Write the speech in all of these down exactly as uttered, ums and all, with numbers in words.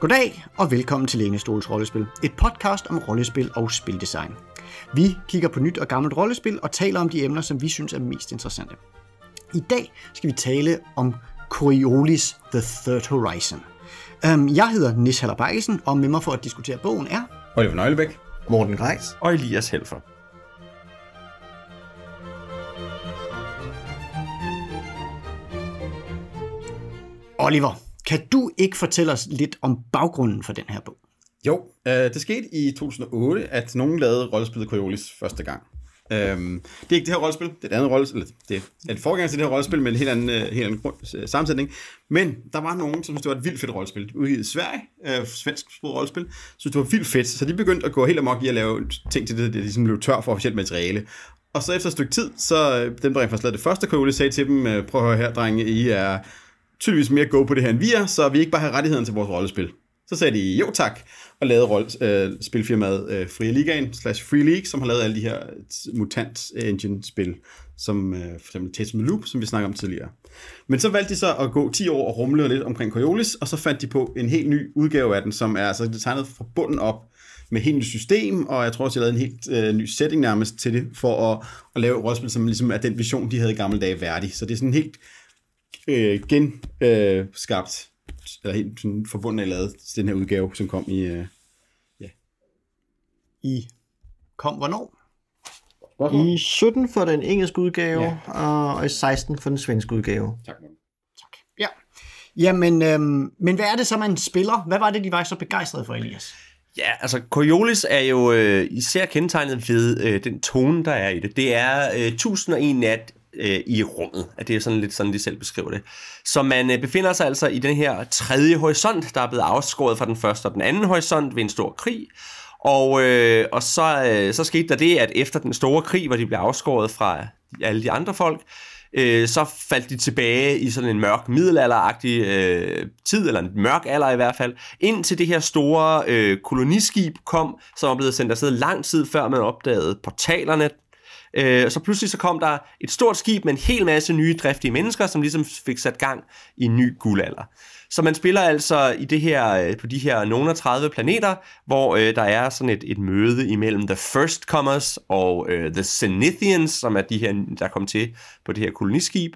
Goddag og velkommen til Lænestoles Rollespil, et podcast om rollespil og spildesign. Vi kigger på nyt og gammelt rollespil og taler om de emner, som vi synes er mest interessante. I dag skal vi tale om Coriolis The Third Horizon. Jeg hedder Nis Haller Bakkesen, og med mig for at diskutere bogen er Oliver Nøglebæk, Morten Greis og Elias Helfer. Oliver, kan du ikke fortælle os lidt om baggrunden for den her bog? Jo, øh, det skete i to tusind og otte, at nogen lavede rollespillet Coriolis første gang. Øhm, det er ikke det her rollespil, det er et andet rollespil, eller det er et forgænger til det her rollespil med en helt anden, helt anden grund, øh, sammensætning. Men der var nogen, som synes, det var et vildt fedt rollespil. Udgivet i Sverige, øh, svensk rollespil, synes det var vildt fedt, så de begyndte at gå helt amok i at lave ting til det, det ligesom blev tør for officielt materiale. Og så efter et stykke tid, så øh, dem, der rent faktisk lavede det første Coriolis, sagde til dem, øh, prøv at høre her, drenge, I er tydeligvis mere go på det her end vi er, så vi ikke bare har rettigheden til vores rollespil. Så sagde de jo tak, og lavede rolle, øh, spilfirmaet øh, Frie Ligaen slash Free League, som har lavet alle de her Mutant Engine-spil, som øh, for eksempel Tales of the Loop, som vi snakkede om tidligere. Men så valgte de så at gå ti år og rumle lidt omkring Coriolis, og så fandt de på en helt ny udgave af den, som er altså designet fra bunden op med et helt nyt system, og jeg tror også, de lavede en helt øh, ny setting nærmest til det, for at, at lave et rollespil, som ligesom er den vision, de havde i gamle dage værdig. Så det er sådan helt øh, genskabt, eller helt sådan forbundet af lavet til den her udgave, som kom i... Øh, ja. I kom hvornår? I sytten for den engelske udgave, ja. Og i seksten for den svenske udgave. Tak. Tak. Ja. Jamen, øhm, men hvad er det så, man spiller? Hvad var det, de var så begejstrede for, Elias? Ja, altså Coriolis er jo øh, især kendetegnet ved øh, den tone, der er i det. Det er øh, tusind og en nat øh, i rummet, at det er sådan lidt sådan, de selv beskriver det. Så man øh, befinder sig altså i den her tredje horisont, der er blevet afskåret fra den første og den anden horisont ved en stor krig. Og, øh, og så, øh, så skete der det, at efter den store krig, hvor de blev afskåret fra alle de andre folk, øh, så faldt de tilbage i sådan en mørk middelalderagtig øh, tid, eller en mørk alder i hvert fald, indtil det her store øh, koloniskib kom, som var blevet sendt afsted lang tid før man opdagede portalerne. Øh, så pludselig så kom der et stort skib med en hel masse nye driftige mennesker, som ligesom fik sat gang i en ny guldalder. Så man spiller altså i det her, på de her nogle af tredive planeter, hvor øh, der er sådan et, et møde imellem The Firstcomers og øh, The Zenithians, som er de her, der kom til på det her koloniskib.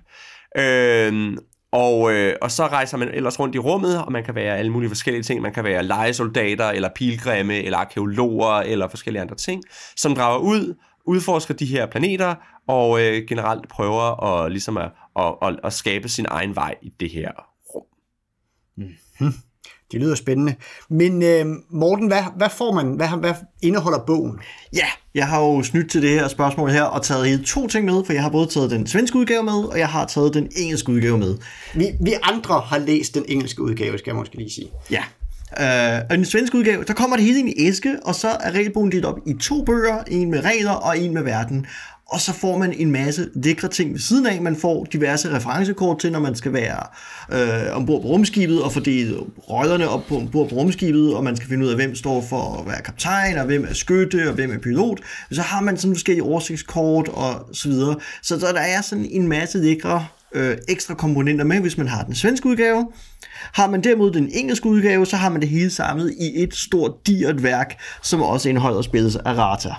Øh, og, øh, og så rejser man ellers rundt i rummet, og man kan være alle mulige forskellige ting. Man kan være lejesoldater, eller pilgrimme, eller arkeologer, eller forskellige andre ting, som drager ud, udforsker de her planeter, og øh, generelt prøver at, ligesom at, at, at, at skabe sin egen vej i det her rum. Mm-hmm. Det lyder spændende. Men øh, Morten, hvad, hvad får man? Hvad, hvad indeholder bogen? Ja, jeg har jo snydt til det her spørgsmål her og taget hele to ting med, for jeg har både taget den svenske udgave med, og jeg har taget den engelske udgave med. Vi, vi andre har læst den engelske udgave, skal jeg måske lige sige. Ja. Øh, og i den svenske udgave, der kommer det hele ind i æske, og så er regelbogen delt op i to bøger, en med regler og en med verden. Og så får man en masse lækre ting ved siden af. Man får diverse referencekort til, når man skal være øh, ombord på rumskibet og fordele rollerne op på ombord på rumskibet, og man skal finde ud af, hvem står for at være kaptajn, og hvem er skytte, og hvem er pilot. Så har man sådan forskellige oversigtskort og så videre. Så der er sådan en masse lækre øh, ekstra komponenter med, hvis man har den svenske udgave. Har man derimod den engelske udgave, så har man det hele samlet i et stort digert værk, som også indeholder spillets errata.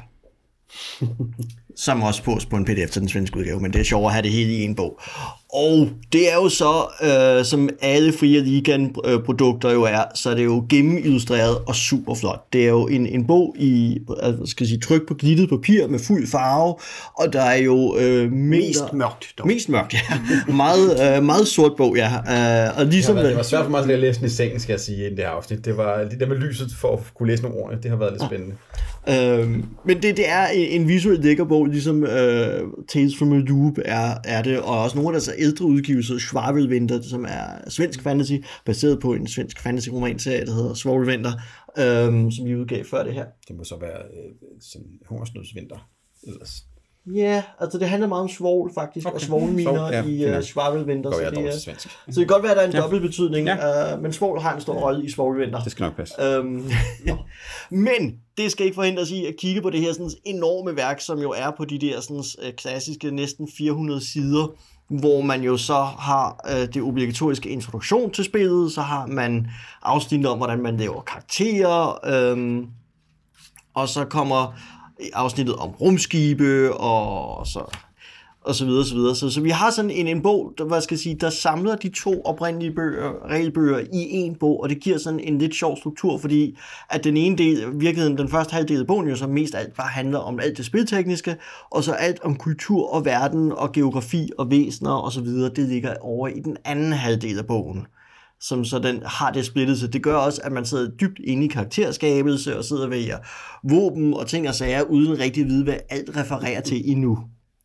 Som også pås på en P D F til den svenske udgave, men det er sjovt at have det hele i en bog. Og det er jo så, øh, som alle Frie Ligaen-produkter jo er, så er det jo gennemillustreret og super flot. Det er jo en, en bog i, altså, skal jeg sige, tryk på glittet papir med fuld farve, og der er jo øh, mest mørkt. Dog. Mest mørkt, ja. meget, øh, meget sort bog, ja. Øh, og ligesom, det, var, det var svært for mig at læse den i sengen, skal jeg sige, i det her afsnit. Det var det der med lyset for at kunne læse nogle ord. Det har været lidt spændende. Øhm, men det, det er en, en visuelt lækker bog, ligesom øh, Tales from a Loop er, er det, og også nogle af deres ældre udgivelser, Svavelvinter, som er svensk fantasy, baseret på en svensk fantasy-roman-serie, der hedder Svavelvinter, øhm, som vi udgav før det her. Det må så være øh, sådan hungersnødsvinter ellers. Ja, altså det handler meget om svovl faktisk, okay. Og svovlminer ja, i uh, Svavelvinter. Så, det er, så det kan godt være, at der er en ja. dobbelt betydning, ja. uh, men svovl har en stor rolle i Svavelvinter. Det skal nok passe. Um, ja. Men det skal ikke forhindre os i at kigge på det her sådan, enorme værk, som jo er på de der sådan, klassiske næsten fire hundrede sider, hvor man jo så har øh, det obligatoriske introduktion til spillet, så har man afsnit om, hvordan man laver karakterer, øh, og så kommer afsnittet om rumskibe, og så... og så videre, så videre. Så, så vi har sådan en, en bog, der, hvad skal jeg sige, der samler de to oprindelige bøger, regelbøger i en bog, og det giver sådan en lidt sjov struktur, fordi at den ene del, virkeligheden, den første halvdel af bogen jo så mest alt bare handler om alt det spiltekniske, og så alt om kultur og verden og geografi og væsener og så videre, det ligger over i den anden halvdel af bogen, som så den har det splittelse. Det gør også, at man sidder dybt inde i karakterskabelse og sidder og vælger våben og ting og sager, uden rigtig at vide, hvad alt refererer til endnu.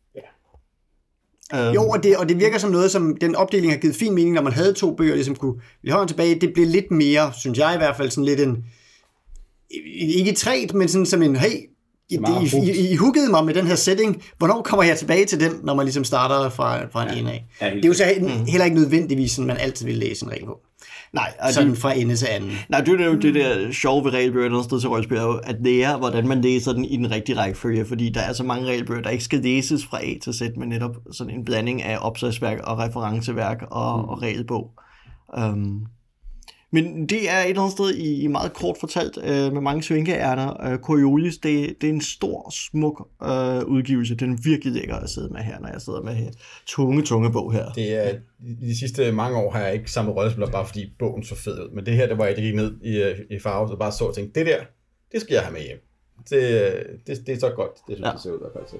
Jo, og det, og det virker som noget, som den opdeling har givet fin mening, når man havde to bøger, ligesom kunne vi hånden tilbage. Det blev lidt mere, synes jeg i hvert fald, sådan lidt en, ikke træt, men sådan som en, hey, I, I, I, I huggede mig med den her setting, hvornår kommer jeg tilbage til den, når man ligesom starter fra, fra en ja, ende af. Ja, det er jo så heller ikke nødvendigvis, sådan man altid vil læse en regel på. Nej, sådan det, fra ende til anden. Nej, det er jo det der sjove ved regelbøger, der sted til rollespil, at lære, hvordan man læser den i den rigtige rækkefølge, fordi der er så mange regelbøger, der ikke skal læses fra A til Z, men netop sådan en blanding af opslagsværk og referenceværk og, mm. og regelbog. Um, men det er et eller andet sted i, i meget kort fortalt øh, med mange svinkeærter. Øh, Coriolis, det, det er en stor, smuk øh, udgivelse. Den er virkelig lækker at sidde med her, når jeg sidder med her tunge, tunge bog her. Det er, i de sidste mange år har jeg ikke samlet rollespillere, bare fordi bogen så fed ud. Men det her, det var jeg, det gik ned i, i farve, så bare så og tænkte, det der, det skal jeg have med hjem. Det, det, det er så godt, det synes ja. Det ser ud af faktisk.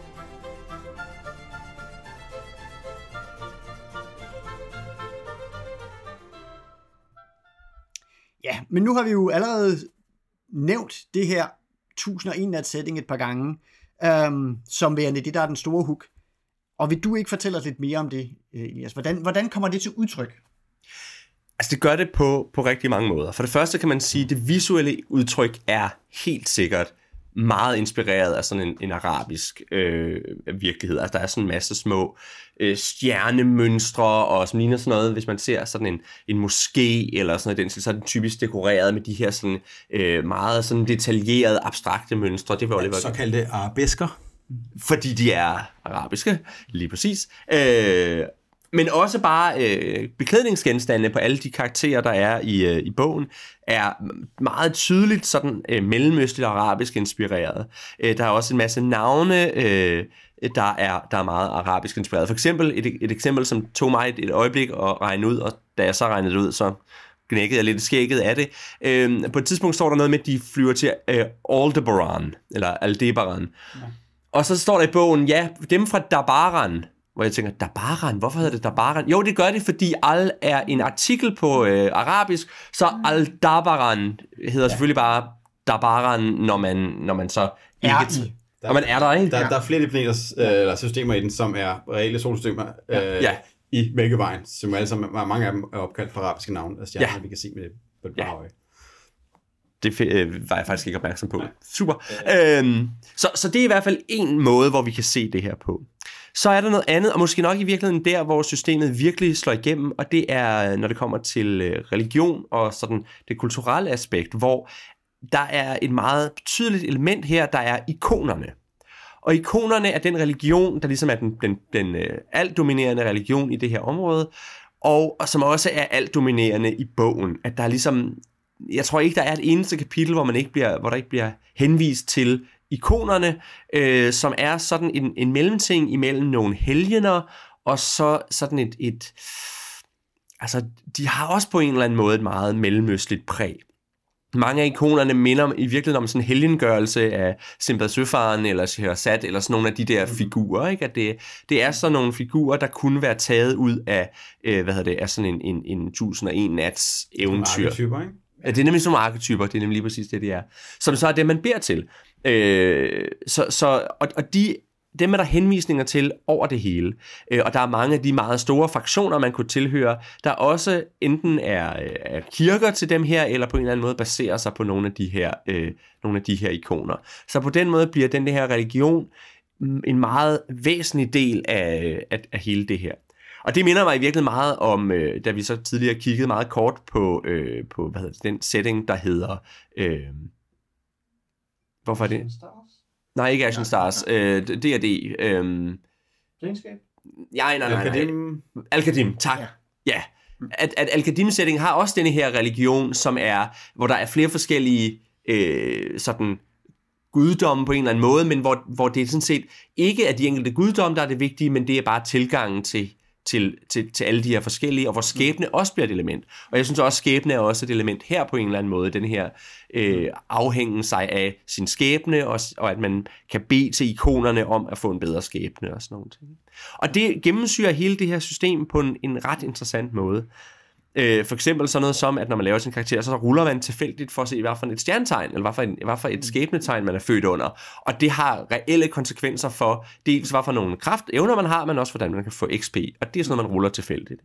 Ja, men nu har vi jo allerede nævnt det her tusind og en nat setting et par gange, øhm, som værende det, der er den store hook. Og vil du ikke fortælle os lidt mere om det, Elias? Hvordan, hvordan kommer det til udtryk? Altså det gør det på, på rigtig mange måder. For det første kan man sige, at det visuelle udtryk er helt sikkert meget inspireret af sådan en, en arabisk øh, virkelighed. Altså der er sådan en masse små øh, stjernemønstre, og som ligner sådan noget, hvis man ser sådan en, en moské, eller sådan noget, så er den typisk dekoreret med de her sådan, øh, meget sådan detaljerede, abstrakte mønstre. Det var jo ja, såkaldte arabesker. Fordi de er arabiske, lige præcis. Øh, Men også bare øh, beklædningsgenstande på alle de karakterer, der er i, øh, i bogen, er meget tydeligt sådan øh, mellemøstligt og arabisk inspireret. Øh, der er også en masse navne, øh, der, er, der er meget arabisk inspireret. For eksempel et, et eksempel, som tog mig et, et øjeblik at regne ud, og da jeg så regnede det ud, så knækkede jeg lidt skægget af det. Øh, på et tidspunkt står der noget med, at de flyver til øh, Aldebaran, eller Aldebaran. Ja. Og så står der i bogen, ja, dem fra Dabaran, hvor jeg tænker, Dabaran, hvorfor hedder det Dabaran? Jo, det gør det, fordi Al er en artikel på øh, arabisk, så Al-Dabaran hedder ja. selvfølgelig bare Dabaran, når man, når man så ikke... Er i. Når man er der, ikke? Der, der er flere planeter, øh, eller systemer i den, som er reelle solsystemer øh, ja. i Mælkevejen, som alle sammen, mange af dem er opkaldt på arabiske navne, af stjerner, ja. vi kan se med det på det ja. Det øh, var jeg faktisk ikke opmærksom på. Nej. Super. Ja. Øhm, så, så det er i hvert fald en måde, hvor vi kan se det her på. Så er der noget andet, og måske nok i virkeligheden der, hvor systemet virkelig slår igennem, og det er, når det kommer til øh, religion og sådan det kulturelle aspekt, hvor der er et meget betydeligt element her, der er ikonerne. Og ikonerne er den religion, der ligesom er den, den, den øh, altdominerende religion i det her område, og, og som også er altdominerende i bogen. At der er ligesom, jeg tror ikke, der er et eneste kapitel, hvor man ikke bliver, hvor der ikke bliver henvist til ikonerne, øh, som er sådan en, en mellemting imellem nogle helgener, og så sådan et, et, altså de har også på en eller anden måde et meget mellemøstligt præg. Mange af ikonerne minder i virkeligheden om sådan en helgengørelse af Simba Søfaren eller Sherazad, eller sådan nogle af de der figurer, ikke? At det, det er sådan nogle figurer, der kunne være taget ud af, øh, hvad hedder det, af sådan en, en, en tusind og en nats eventyr. Arketyper, ikke? Ja, det er nemlig sådan nogle arketyper, det er nemlig lige præcis det, de er. Som så er det, man beder til. Øh, så, så, og og de, dem er der henvisninger til over det hele. Øh, og der er mange af de meget store fraktioner, man kunne tilhøre, der også enten er, er kirker til dem her, eller på en eller anden måde baserer sig på nogle af de her, øh, nogle af de her ikoner. Så på den måde bliver den her religion en meget væsentlig del af, af, af hele det her. Og det minder mig i virkeligheden meget om, øh, da vi så tidligere kiggede meget kort på, øh, på hvad hedder det, den setting, der hedder... Øh, hvorfor er det? Stars? Nej, ikke Action Stars. Øh, D og D. Øh, Planescape? Ja, nej, nej, nej. Al-Qadim. Al-Qadim, tak. Ja. ja. At, at Al-Qadim-setting har også denne her religion, som er, hvor der er flere forskellige øh, sådan guddomme på en eller anden måde, men hvor, hvor det sådan set ikke er de enkelte guddomme, der er det vigtige, men det er bare tilgangen til, til, til, til alle de her forskellige, og hvor skæbne også bliver et element. Og jeg synes også, at skæbne er også et element her på en eller anden måde, den her øh, afhængen sig af sin skæbne, og, og at man kan bede til ikonerne om at få en bedre skæbne og sådan noget. Og det gennemsyrer hele det her system på en, en ret interessant måde. Øh, for eksempel sådan noget som, at når man laver sin karakter, så ruller man tilfældigt for at se, hvad for et stjernetegn, eller hvad for, en, hvad for et skæbnetegn, man er født under. Og det har reelle konsekvenser for, dels hvad for nogle kraftevner man har, men også hvordan man kan få X P. Og det er sådan noget, man ruller tilfældigt.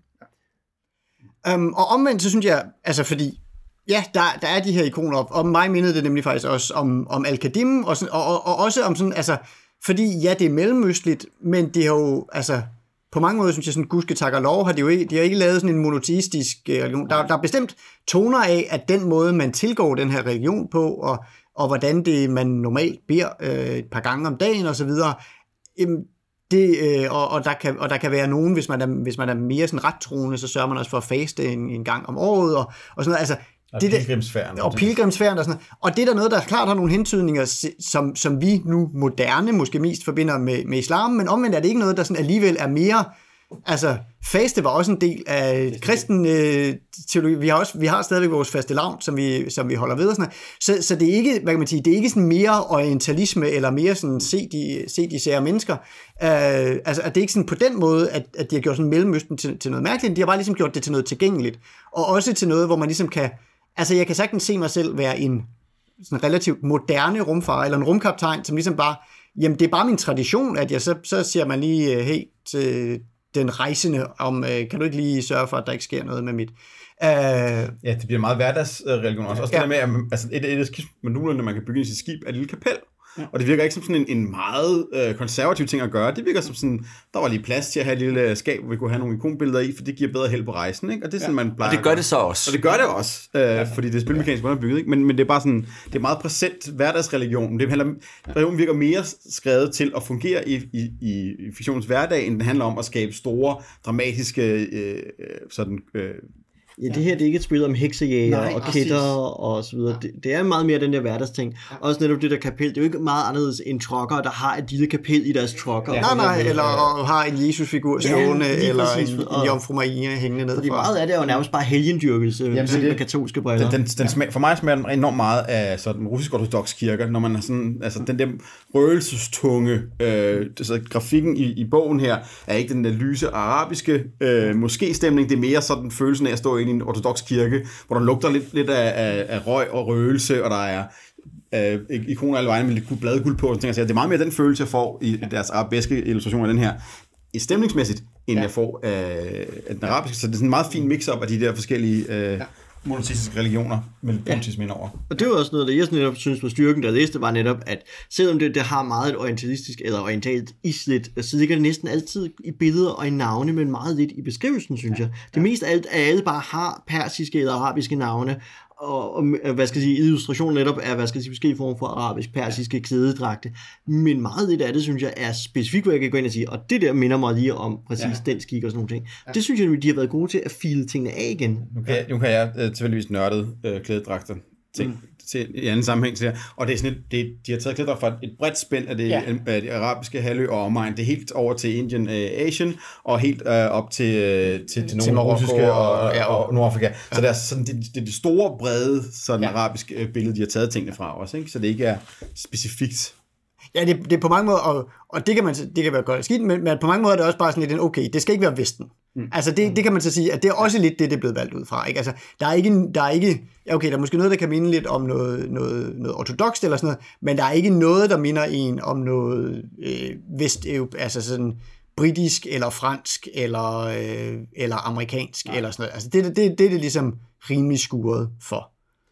Um, og omvendt, så synes jeg, altså fordi, ja, der, der er de her ikoner op, og mig mindede det nemlig faktisk også om, om Al-Qadim, og, og, og, og også om sådan, altså, fordi ja, det er mellemøstligt, men det har jo, altså, på mange måder, synes jeg, sådan gudske tak og lov, har de jo ikke, de har ikke lavet sådan en monoteistisk religion. Der, der er bestemt toner af, at den måde, man tilgår den her religion på, og, og hvordan det, man normalt beder øh, et par gange om dagen og så videre, øhm, det, øh, og, og, der kan, og der kan være nogen, hvis man er, hvis man er mere sådan rettroende, så sørger man også for at faste en, en gang om året, og, og sådan noget. Altså, og det pilgrimsfærden. Og pilgrimsfærden og sådan noget. Og det er der noget, der klart har nogle hentydninger, som, som vi nu moderne måske mest forbinder med, med islam, men omvendt er det ikke noget, der sådan alligevel er mere. Altså, faste var også en del af kristen øh, teologi. Vi har også vi har stadigvæk vores fastelavn, som vi som vi holder ved og sådan noget. Så så det er ikke, hvad kan man sige, det er ikke sådan mere orientalisme eller mere sådan se de se de sære mennesker. Øh, altså, at det er ikke sådan på den måde, at at de har gjort sådan Mellemøsten til, til noget mærkeligt. De har bare ligesom gjort det til noget tilgængeligt, og også til noget, hvor man ligesom kan. Altså, jeg kan sagtens se mig selv være en sådan relativt moderne rumfarer eller en rumkaptajn, som ligesom bare, jamen det er bare min tradition, at jeg så så siger man lige hey til den rejsende, om øh, kan du ikke lige sørge for, at der ikke sker noget med mit. Uh, ja, det bliver meget hverdagsreligion også. Også ja. det der med, at altså, et, et af modulerne, man kan bygge i sit skib, er et lille kapel. Ja. Og det virker ikke som sådan en, en meget øh, konservativ ting at gøre. Det virker som sådan, der var lige plads til at have et lille skab, hvor vi kunne have nogle ikonbilleder i, for det giver bedre held på rejsen, ikke? Og det er sådan, ja. man plejer. Og det gør det så også. Og det gør det også, øh, ja. Fordi det er spilmekanisk underbygget, ikke? Men, men det er bare sådan, det er meget præsent hverdagsreligion. Det handler, religion virker mere skrevet til at fungere i, i, i fiktionens hverdag, end den handler om at skabe store, dramatiske øh, sådan... Øh, Ja, det her det er ikke et spil om heksejæger Nej, og præcis. kætter og så videre. Det, det er meget mere den der hverdagsting. Ja. Også netop det der kapel. Det er jo ikke meget anderledes end truckere, der har et lille kapel i deres trucker. Ja. Nej, nej, eller har en Jesus-figur stående, ja, eller præcis. en, en Jomfru Maria hængende ned. Fordi meget af det er jo nærmest bare helgendyrkelse med katolske briller. Den, den, den smag, for mig smager den enormt meget af sådan russisk-ortodox kirker, når man har sådan, altså den der røgelsestunge, øh, altså grafikken i, i bogen her, er ikke den der lyse arabiske øh, måske-stemning, det er mere sådan følelsen af at stå i en ortodox kirke, hvor der lugter lidt, lidt af, af, af røg og røgelse, og der er øh, ikoner alle vejen med lidt bladguld på, og ting, altså, det er meget mere den følelse, jeg får i deres arabiske illustration af den her, i stemningsmæssigt, end ja. Jeg får af, af den arabiske, så det er sådan en meget fin mix-up af de der forskellige øh, ja. monoteistiske religioner med monoteisme ja. Indover. Og det var også noget, der jeg netop synes var styrken, der læste, var netop, at selvom det, det har meget et orientalistisk eller orientalt islet, så ligger det næsten altid i billeder og i navne, men meget lidt i beskrivelsen, synes ja. Jeg. Det ja. Mest af alt, at alle bare har persiske eller arabiske navne, og, og hvad skal jeg sige, illustrationen netop er, hvad skal jeg sige, forskellige former for arabisk-persiske klædedragte, men meget lidt af det, synes jeg, er specifikt, hvor jeg kan gå ind og sige, og det der minder mig lige om præcis ja. Den skik og sådan nogle ting. Ja. Det synes jeg, de har været gode til at file tingene af igen. Nu kan, nu kan jeg uh, tilfældigvis nørdet uh, klædedragter ting. Mm. Til, i anden sammenhæng til det. Og det er sådan et, det, de har taget klæder fra et bredt spænd af det, ja. af det arabiske halvø og omegn. Det er helt over til Indien, øh, Asien, og helt øh, op til, øh, til, til nogle russiske og, og, ja, og, og Nordafrika. Ja. Så det er sådan det, det, det store, brede sådan ja. Arabiske øh, billede, de har taget tingene fra også, ikke? Så det ikke er specifikt. Ja, det, det er på mange måder, og, og det kan man det kan være godt skidt, men, men på mange måder er det også bare sådan lidt, okay, det skal ikke være Vesten. Mm. Altså det, det kan man så sige, at det er også lidt det, det er blevet valgt ud fra. Ikke? Altså, der er ikke, der er ikke, okay, der er måske noget, der kan minde lidt om noget, noget, noget ortodokst eller sådan noget, men der er ikke noget, der minder en om noget øh, vest, altså sådan britisk eller fransk eller, øh, eller amerikansk Nej. Eller sådan noget. Altså det, det, det, det er det ligesom rimelig skuret for.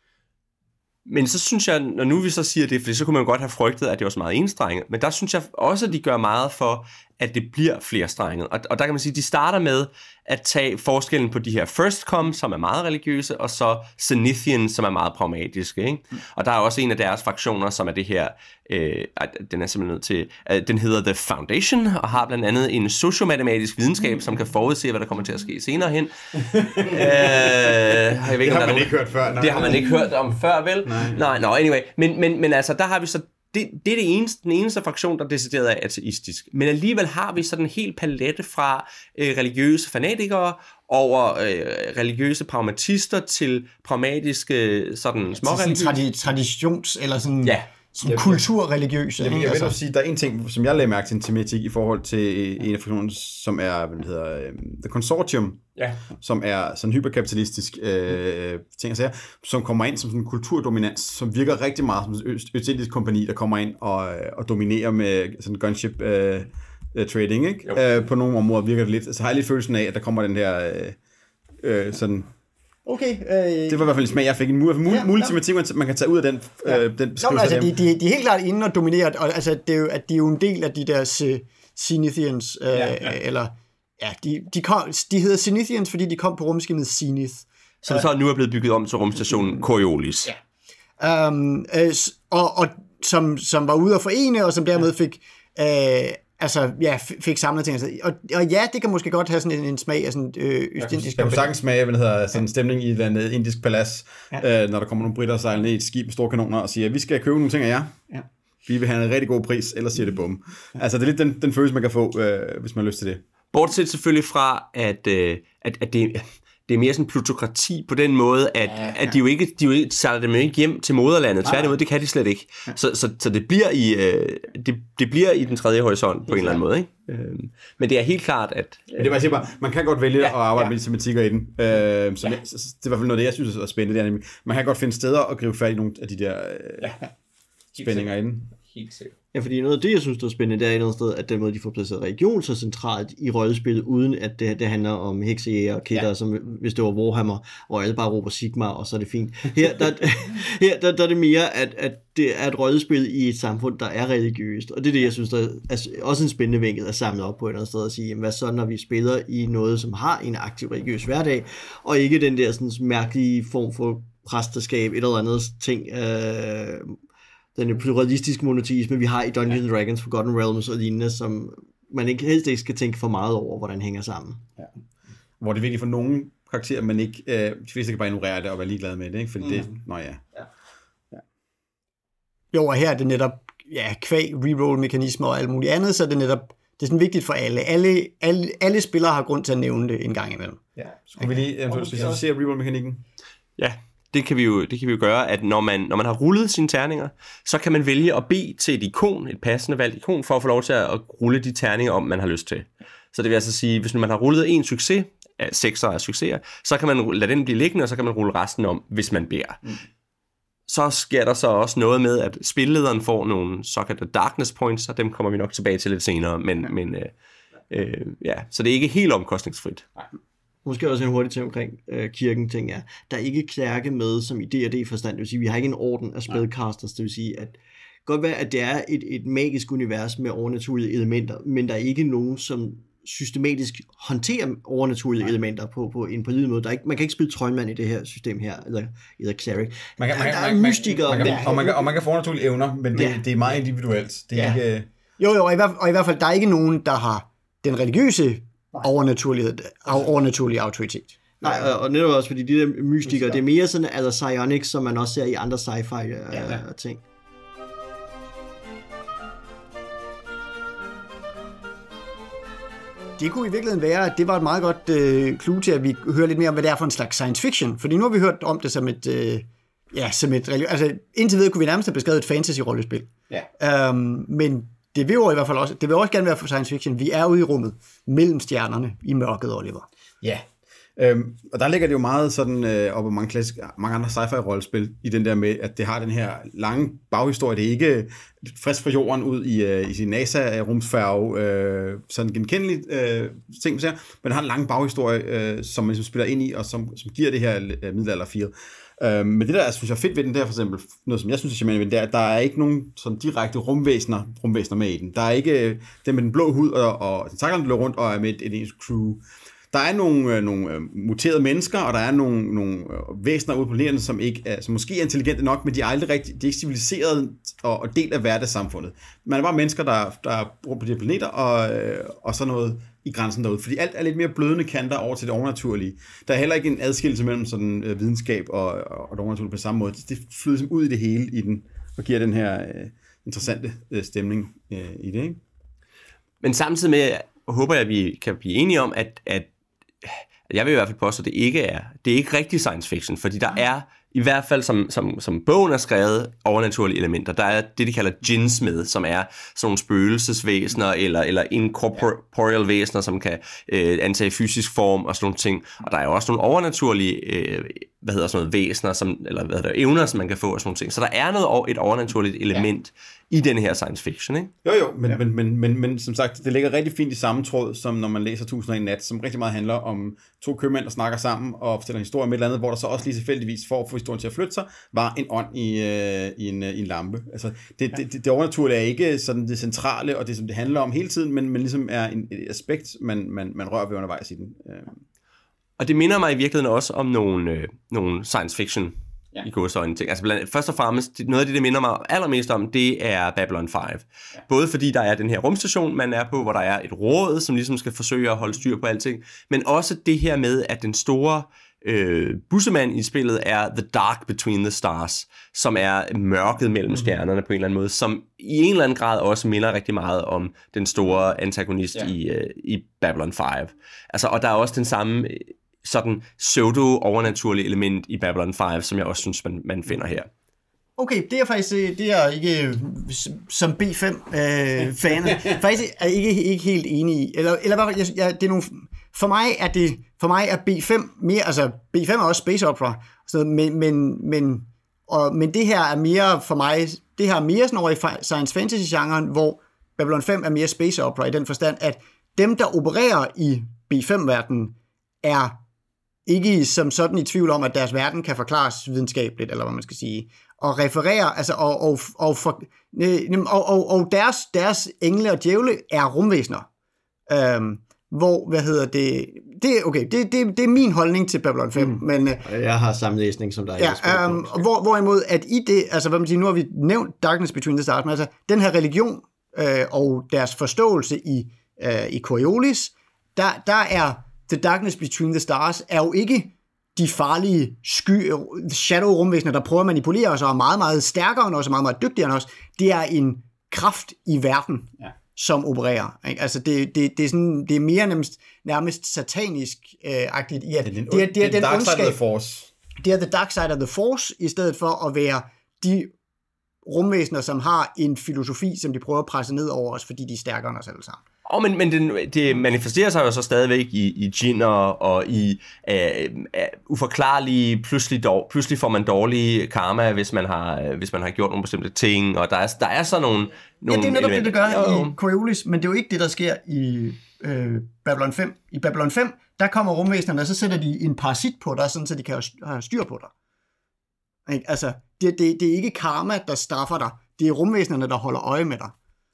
Men så synes jeg, når nu vi så siger det, for så kunne man godt have frygtet, at det var så meget enstrenget, men der synes jeg også, at de gør meget for, at det bliver flerstrenget. Og, og der kan man sige, at de starter med at tage forskellen på de her Firstcom, som er meget religiøse, og så Zenithians, som er meget pragmatiske. Ikke? Mm. Og der er også en af deres fraktioner, som er det her, øh, den er simpelthen nødt til, øh, den hedder The Foundation, og har blandt andet en sociomatematisk videnskab, mm. som kan forudse, hvad der kommer til at ske senere hen. øh, har jeg det har man nogen... ikke hørt før. Nej. Det har man ikke hørt om før, vel? Nej, nej, no, anyway. Men, men, men altså, der har vi så Det, det er det eneste, den eneste fraktion, der decideret er ateistisk. Men alligevel har vi sådan en hel palette fra øh, religiøse fanatikere over øh, religiøse pragmatister til pragmatiske sådan småreligiøse. Tradi- traditions- eller sådan, ja. sådan kulturreligiøse. Jeg, jeg, jeg vil også sige, der er en ting, som jeg lagde mærke til en tematik i forhold til en af fraktionerne, som er, hvad det hedder, um, The Consortium, ja. Som er sådan en hyperkapitalistisk øh, ting at sige, som kommer ind som sådan en kulturdominans, som virker rigtig meget som et østeuropæisk kompagni, der kommer ind og, og dominerer med sådan gunship øh, trading, ikke? Øh, på nogle områder virker det lidt, så har jeg lidt følelsen af, at der kommer den her øh, øh, sådan... Okay. Øh, det var i hvert fald en smag, jeg fik en mulig, mulig, ja, mulig ja. tematik, man kan tage ud af den, ja. øh, den beskrivelse. Altså, de, de, de er helt klart inde og dominerer, og altså, det er jo, at de er jo en del af de der Zenithians, øh, ja, ja. eller... Ja, de, de, kom, de hedder Zenithians, fordi de kom på rumskibet Zenith. Som så nu er blevet bygget om til rumstationen Coriolis. Ja. Um, øh, og og som, som var ude at forene, og som dermed fik, øh, altså, ja, fik samlet ting. Og, og ja, det kan måske godt have sådan en, en smag af sådan øh, østindisk. Jeg kunne sagtens smage, hvad det hedder, sådan en stemning i et eller andet indisk palads, ja. øh, når der kommer nogle britter og sejler ned i et skib med store kanoner og siger, vi skal købe nogle ting af jer. Ja. Vi vil have en rigtig god pris, ellers siger det bum. Ja. Altså, det er lidt den, den følelse, man kan få, øh, hvis man har lyst til det. Bortset selvfølgelig fra, at, øh, at, at det, det er mere sådan plutokrati på den måde, at, ja, ja. at de jo ikke, de jo ikke sejler dem ikke hjem til moderlandet. Tværtimod, det kan de slet ikke. Ja. Så, så, så det, bliver i, øh, det, det bliver i den tredje horisont på en eller anden måde. Ikke? Øh, men det er helt klart, at... Men det var jeg bare, man kan godt vælge ja, at arbejde ja. med semantikker i den. Øh, så ja. jeg, så, det er i hvert fald noget, det jeg synes er spændende. Det er, man kan godt finde steder at gribe fat i nogle af de der øh, ja. spændinger i den. Helt sikkert. Ja, fordi noget af det, jeg synes, der er spændende, det er et eller andet sted, at den måde, de får placeret religion så centralt i rollespillet, uden at det, det handler om heksejæger og kætter, ja. som hvis det var Warhammer, hvor alle bare råber Sigmar, og så er det fint. Her, der, her der, der er det mere, at, at det er et rollespil i et samfund, der er religiøst, og det er det, jeg synes, der er også en spændende vinkel at samle op på et eller andet sted, at sige, jamen, hvad så, når vi spiller i noget, som har en aktiv religiøs hverdag, og ikke den der sådan mærkelige form for præsterskab, et eller andet ting, øh, den pluralistiske monoteisme, vi har i Dungeons and Dragons, Forgotten Realms og lignende, som man ikke helst ikke skal tænke for meget over, hvordan det hænger sammen. Ja. Hvor det er vigtigt for nogle karakterer, men ikke, øh, de fleste kan bare ignorere det og være ligeglade med det, ikke? Fordi mm. det, nå ja. ja. ja. Jo, og her er det netop, ja, kvæg, reroll-mekaniismer og alt muligt andet, så er det netop, det er sådan vigtigt for alle. Alle, alle, alle spillere har grund til at nævne det en gang imellem. Ja. Skulle okay. vi lige eventuelt specificere reroll-mekanikken? Ja. Det kan vi jo, det kan vi jo gøre, at når man, når man har rullet sine terninger, så kan man vælge at bede til et ikon, et passende valgt ikon, for at få lov til at rulle de terninger, om man har lyst til. Så det vil altså sige, hvis man har rullet en succes, sekser af succeser, så kan man lade den blive liggende, og så kan man rulle resten om, hvis man beder. Mm. Så sker der så også noget med, at spillederen får nogle såkaldte darkness points, og dem kommer vi nok tilbage til lidt senere, men, ja. men øh, øh, ja, så det er ikke helt omkostningsfrit. Nej. Måske også en hurtig ting omkring øh, kirken ting er, der er ikke klærke med som i D og D-forstand, det vil sige, vi har ikke en orden af spellcasters, det vil sige, at godt være, at det er et, et magisk univers med overnaturlige elementer, men der er ikke nogen, som systematisk håndterer overnaturlige Nej. elementer på, på en pålidelig måde. Der er ikke, man kan ikke spille troldmand i det her system her, eller, eller cleric. Man kan, der, man, der er man, mystikere. Man, man, man, og, man kan, og man kan få overnaturlige evner, men det, ja. det er meget individuelt. Det er ja. ikke... Jo, jo, og i, hvert, og i hvert fald, der er ikke nogen, der har den religiøse overnaturlighed, overnaturlig autoritet. Nej, og, og netop også fordi de der mystikere, det er mere sådan altså psionics, som man også ser i andre sci-fi øh, ja, ja. ting. Det kunne i virkeligheden være, at det var et meget godt øh, clue til, at vi hører lidt mere om, hvad det er for en slags science fiction. Fordi nu har vi hørt om det som et, øh, ja, som et altså indtil videre kunne vi nærmest have beskrevet et fantasy-rollespil. Ja. Øhm, men det vil jo i hvert fald også, det vil også gerne være for science fiction. Vi er ude i rummet mellem stjernerne i mørket, Oliver. Ja. Øhm, og der ligger det jo meget sådan øh, op af mange, klassiske, mange andre sci-fi-rollespil i den der med, at det har den her lange baghistorie. Det er ikke frisk fra jorden ud i, øh, i sin NASA-rumsfærge, øh, sådan genkendeligt øh, ting, men det har en lang baghistorie, øh, som man ligesom spiller ind i, og som, som giver det her øh, middelalder-feel. Øh, men det der, synes jeg er fedt ved den der, for eksempel, noget som jeg synes er charmerende ved den, det er, at der er ikke nogen sådan direkte rumvæsener, rumvæsener med i den. Der er ikke øh, den med den blå hud, og, og den takker, den løber rundt, og er med et, et ens crew. Der er nogle, øh, nogle øh, muterede mennesker, og der er nogle, nogle øh, væsener ude på planeten, som, ikke er, som måske er intelligente nok, men de er aldrig rigtig, de er ikke civiliseret og, og del af hverdagssamfundet. Man er bare mennesker, der, der bor på de her planeter, og, øh, og så noget i grænsen derude. Fordi alt er lidt mere blødende kanter over til det overnaturlige. Der er heller ikke en adskillelse mellem sådan, øh, videnskab og, og det overnaturlige på samme måde. Det, det flyder ligesom ud i det hele i den, og giver den her øh, interessante øh, stemning øh, i det. Ikke? Men samtidig med, håber jeg, at vi kan blive enige om, at, at jeg vil i hvert fald påstå, at det ikke er, det er ikke rigtig science fiction, fordi der er, i hvert fald som, som, som bogen er skrevet, overnaturlige elementer. Der er det, de kalder djinns med, som er sådan nogle spøgelsesvæsener, eller, eller incorporeal væsener, som kan øh, antage fysisk form og sådan nogle ting. Og der er jo også nogle overnaturlige øh, hvad hedder sådan noget, væsener, som, eller hvad hedder det, evner, som man kan få og sådan nogle ting. Så der er noget, et overnaturligt element ja. i den her science fiction, ikke? Jo, jo, men, ja. men, men, men, men som sagt, det ligger rigtig fint i samme tråd, som når man læser tusind og en nat, som rigtig meget handler om to købmænd, der snakker sammen og fortæller en historie om et eller andet, hvor der så også lige tilfældigvis, for at få historien til at flytte sig, var en ånd i, øh, i, en, i en lampe. Altså, det, ja. det, det, det overnaturlige er ikke sådan det centrale, og det som det handler om hele tiden, men, men ligesom er en, et aspekt, man, man, man rører ved undervejs i den. Og det minder mig i virkeligheden også om nogle, øh, nogle science fiction ja. i gåseøjne ting. Altså blandt, først og fremmest, noget af det, det minder mig allermest om, det er Babylon fem. Ja. Både fordi der er den her rumstation, man er på, hvor der er et råd, som ligesom skal forsøge at holde styr på alting, men også det her med, at den store øh, bussemand i spillet er The Dark Between the Stars, som er mørket mellem stjernerne på en eller anden måde, som i en eller anden grad også minder rigtig meget om den store antagonist ja. i, øh, i Babylon fem. Altså, og der er også den samme sådan pseudo-overnaturlige element i Babylon fem, som jeg også synes, man, man finder her. Okay, det er faktisk det er ikke som B fem-fan. Øh, faktisk er jeg ikke, ikke helt enig i. Eller, eller hvad, jeg, jeg, det er nogle, for mig er det for mig er B fem mere, altså B fem er også space opera, så, men, men, men, og, men det her er mere for mig, det her er mere sådan over i science fantasy-genren, hvor Babylon fem er mere space opera i den forstand, at dem, der opererer i B fem-verdenen, er ikke som sådan i tvivl om, at deres verden kan forklares videnskabeligt, eller hvad man skal sige, og refererer, altså, og, og, og, for, og, og, og deres, deres engle og djævle er rumvæsener. Øhm, hvor, hvad hedder det, det okay, det, det, det er min holdning til Babylon fem, mm. men... Jeg har samme læsning som dig. Ja, øhm, hvor, hvorimod, at i det, altså, hvad man siger, nu har vi nævnt Darkness Between the Stars, men altså, den her religion øh, og deres forståelse i, øh, i Coriolis, der, der er The Darkness Between the Stars er jo ikke de farlige sky, shadow-rumvæsener, der prøver at manipulere os og er meget, meget stærkere end os og meget, meget dygtigere end os. Det er en kraft i verden, ja. som opererer. Ikke? Altså det, det, det, er sådan, det er mere nærmest, nærmest satanisk-agtigt øh, i, at det er, den, det er, det er den dark ondskab. Side of the Force. Det er the dark side of the force, i stedet for at være de rumvæsener, som har en filosofi, som de prøver at presse ned over os, fordi de er stærkere end os alle sammen. Oh, men men det, det manifesterer sig jo så stadigvæk i, i djinner og i uh, uh, uforklarlige, pludselig, dår, pludselig får man dårlige karma, hvis man har, uh, hvis man har gjort nogle bestemte ting, og der er, der er så nogle, nogle ja, det er netop elementer. det, det gør jo. i Coriolis, men det er jo ikke det, der sker i øh, Babylon fem. I Babylon fem, der kommer rumvæsenerne, og så sætter de en parasit på dig, sådan, så de kan have styr på dig. Ikke? Altså, det, det, det er ikke karma, der straffer dig. Det er rumvæsenerne, der holder øje med dig.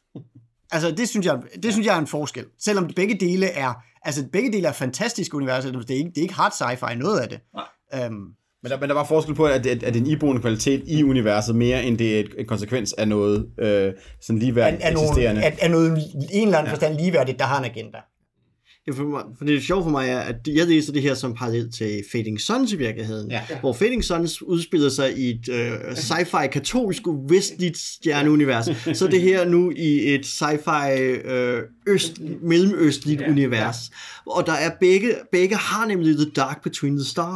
Altså, det synes jeg, det synes jeg er en forskel. Selvom begge dele er, altså begge dele er fantastiske universer, det er ikke, det er ikke hard sci-fi noget af det. Um, men, der, men der var forskel på, at det er en iboende kvalitet i universet, mere end det er en konsekvens af noget øh, sådan ligeværdigt eksisterende. Af, af noget i en eller anden ja. forstand ligeværdigt, der har en agenda. Ja, for, mig, for det sjove for mig er, at jeg læser det her som parallel til Fading Suns i virkeligheden, ja. hvor Fading Suns udspiller sig i et øh, sci-fi katolsk vestligt stjerneunivers, så det her nu i et sci-fi øh, øst, mellemøstligt ja. univers. Og der er begge, begge har nemlig The Dark Between the Stars.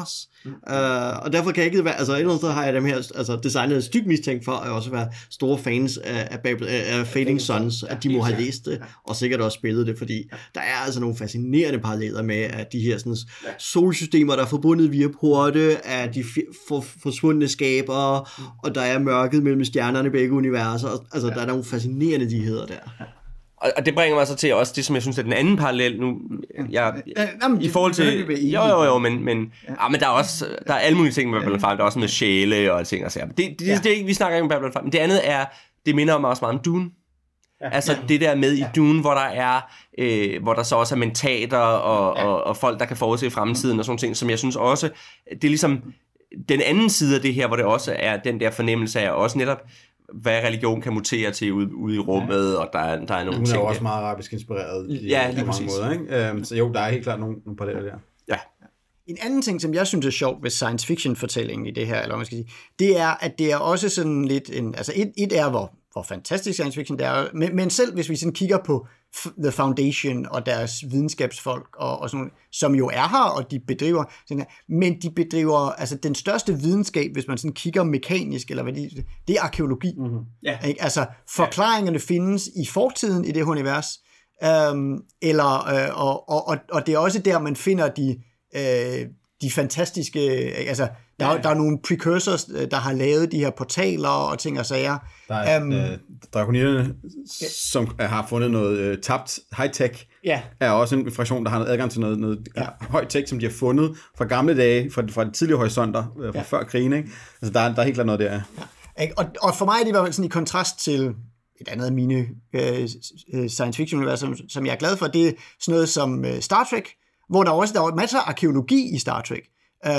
Uh, og derfor kan jeg ikke være, altså et eller andet sted har jeg dem her, altså designet stygt mistænkt for at også være store fans af, af, Babel, af Fading Suns, at de må have læst det, og sikkert også spillet det, fordi der er altså nogle fascinerende paralleller med, at de her sådan, solsystemer, der er forbundet via porte, af de for, forsvundne skabere, og der er mørket mellem stjernerne i begge universer, altså der er nogle fascinerende digheder der. Og det bringer mig så til også det, som jeg synes er den anden parallel nu. Jeg, Ja, jamen, I forhold til... det- Jo, jo, jo, men, men, ja. Ja, men der er også der er alle mulige ting med Babylon fem. Der er også med sjæle og ting og sager. Det, det, det, det er ikke, vi snakker ikke om Babylon fem. Men det andet er, det minder om også meget om Dune. Ja. Altså ja. Det der med i Dune, hvor der er, øh, hvor der så også er mentater og, ja. og, og folk, der kan forudse fremtiden og sådan ting, som jeg synes også, det er ligesom den anden side af det her, hvor det også er den der fornemmelse af også netop, hvad religion kan mutere til ude, ude i rummet, ja. Og der er, der er nogle ting. Hun er jo der. også meget arabisk inspireret i, ja, lige på mange måder, ikke? Um, så jo, der er helt klart nogle, nogle paralleller der. Ja. En anden ting, som jeg synes er sjovt ved science fiction fortællingen i det her, eller hvad man skal sige, det er, at det er også sådan lidt en, altså et, et er, hvor, hvor fantastisk science fiction det er, men, men selv hvis vi sådan kigger på The Foundation og deres videnskabsfolk, og, og sådan, som jo er her, og de bedriver, sådan her, men de bedriver, altså den største videnskab, hvis man sådan kigger mekanisk, eller hvad det, det er arkæologi. Mm-hmm. Yeah. Ikke? Altså forklaringerne findes i fortiden i det univers, øhm, eller, øh, og, og, og, og det er også der, man finder de Øh, de fantastiske, altså der, ja. der er nogle precursors, der har lavet de her portaler og ting og sager. Der er um, øh, Drakonierne, som har fundet noget øh, tabt high-tech, ja. er også en fraktion, der har adgang til noget, noget ja. høj-tech, som de har fundet fra gamle dage, fra, fra de tidlige horisonter, øh, fra ja. før krigen. Ikke? Altså der, der er helt klart noget der. Ja. Og, og for mig er det i hvert fald sådan i kontrast til et andet af mine øh, science fiction universer, som, som jeg er glad for, det er sådan noget som øh, Star Trek, hvor der også der er masser af arkeologi i Star Trek.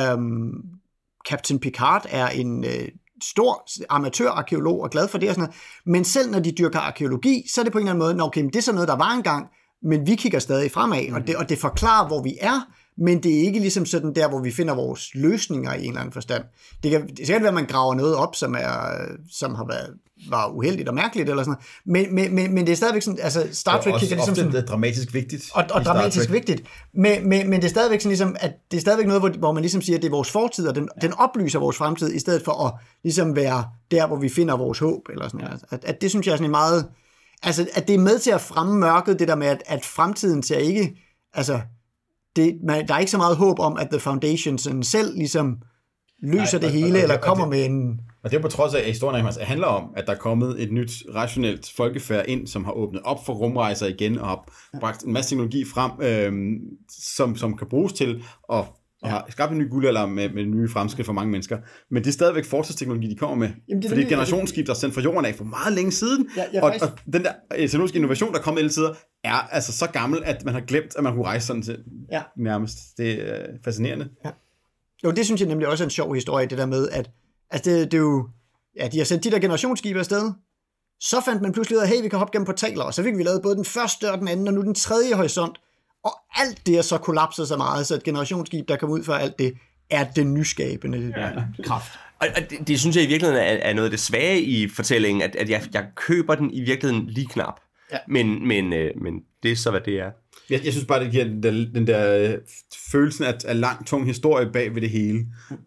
Um, Captain Picard er en øh, stor amatørarkeolog og glad for det og sådan noget. Men selv når de dyrker arkeologi, så er det på en eller anden måde, okay, det er sådan noget, der var engang, men vi kigger stadig fremad, mm. og, det, og det forklarer, hvor vi er, men det er ikke ligesom sådan der, hvor vi finder vores løsninger i en eller anden forstand. Det kan, det kan være, at man graver noget op, som, er, som har været var uheldigt og mærkeligt, eller sådan noget. Men, men, men, men det er stadigvæk sådan, altså Star Trek kigger ligesom sådan... Det er dramatisk vigtigt. Og, og dramatisk vigtigt. Men, men, men det er stadigvæk sådan ligesom, at det er stadigvæk noget, hvor, hvor man ligesom siger, at det er vores fortid, og den, den oplyser vores fremtid, i stedet for at ligesom være der, hvor vi finder vores håb, eller sådan noget. At, at det synes jeg er sådan meget... Altså, at det er med til at fremme mørket, det der med, at, at fremtiden ser ikke... Altså, det, man, der er ikke så meget håb om, at The Foundation sådan selv ligesom løser Nej, det og, hele, og, og, eller kommer og det, med en... Og det er på trods af, at historien handler om, at der er kommet et nyt rationelt folkefærd ind, som har åbnet op for rumrejser igen, og har bragt en masse teknologi frem, øhm, som, som kan bruges til at og har skabt en ny guldalder med, med nye fremskridt for mange mennesker. Men det er stadigvæk fortidsteknologi, de kommer med. Jamen, det fordi et generationsskib, der er sendt fra jorden af for meget længe siden, ja, og, faktisk... og den der teknologiske innovation, der er kommet alle tider, er altså så gammel, at man har glemt, at man kunne rejse sådan til ja. nærmest. Det er fascinerende. Ja. Jo, det synes jeg nemlig også er en sjov historie, det der med, at altså det, det er jo, ja, de har sendt de der generationsskibe afsted, så fandt man pludselig ud af, hey, vi kan hoppe gennem portaler, og så fik vi lavet både den første og den anden, og nu den tredje horisont, og alt det er så kollapset så meget, så et generationsskib, der kommer ud for alt det, er den nyskabende ja. kraft. Og, og det, det synes jeg i virkeligheden er, er noget af det svage i fortællingen, at, at jeg, jeg køber den i virkeligheden lige knap. Ja. Men, men, øh, men det er så, hvad det er. Jeg, jeg synes bare, det giver den der, den der øh, følelsen af, af lang, tung historie bag ved det hele.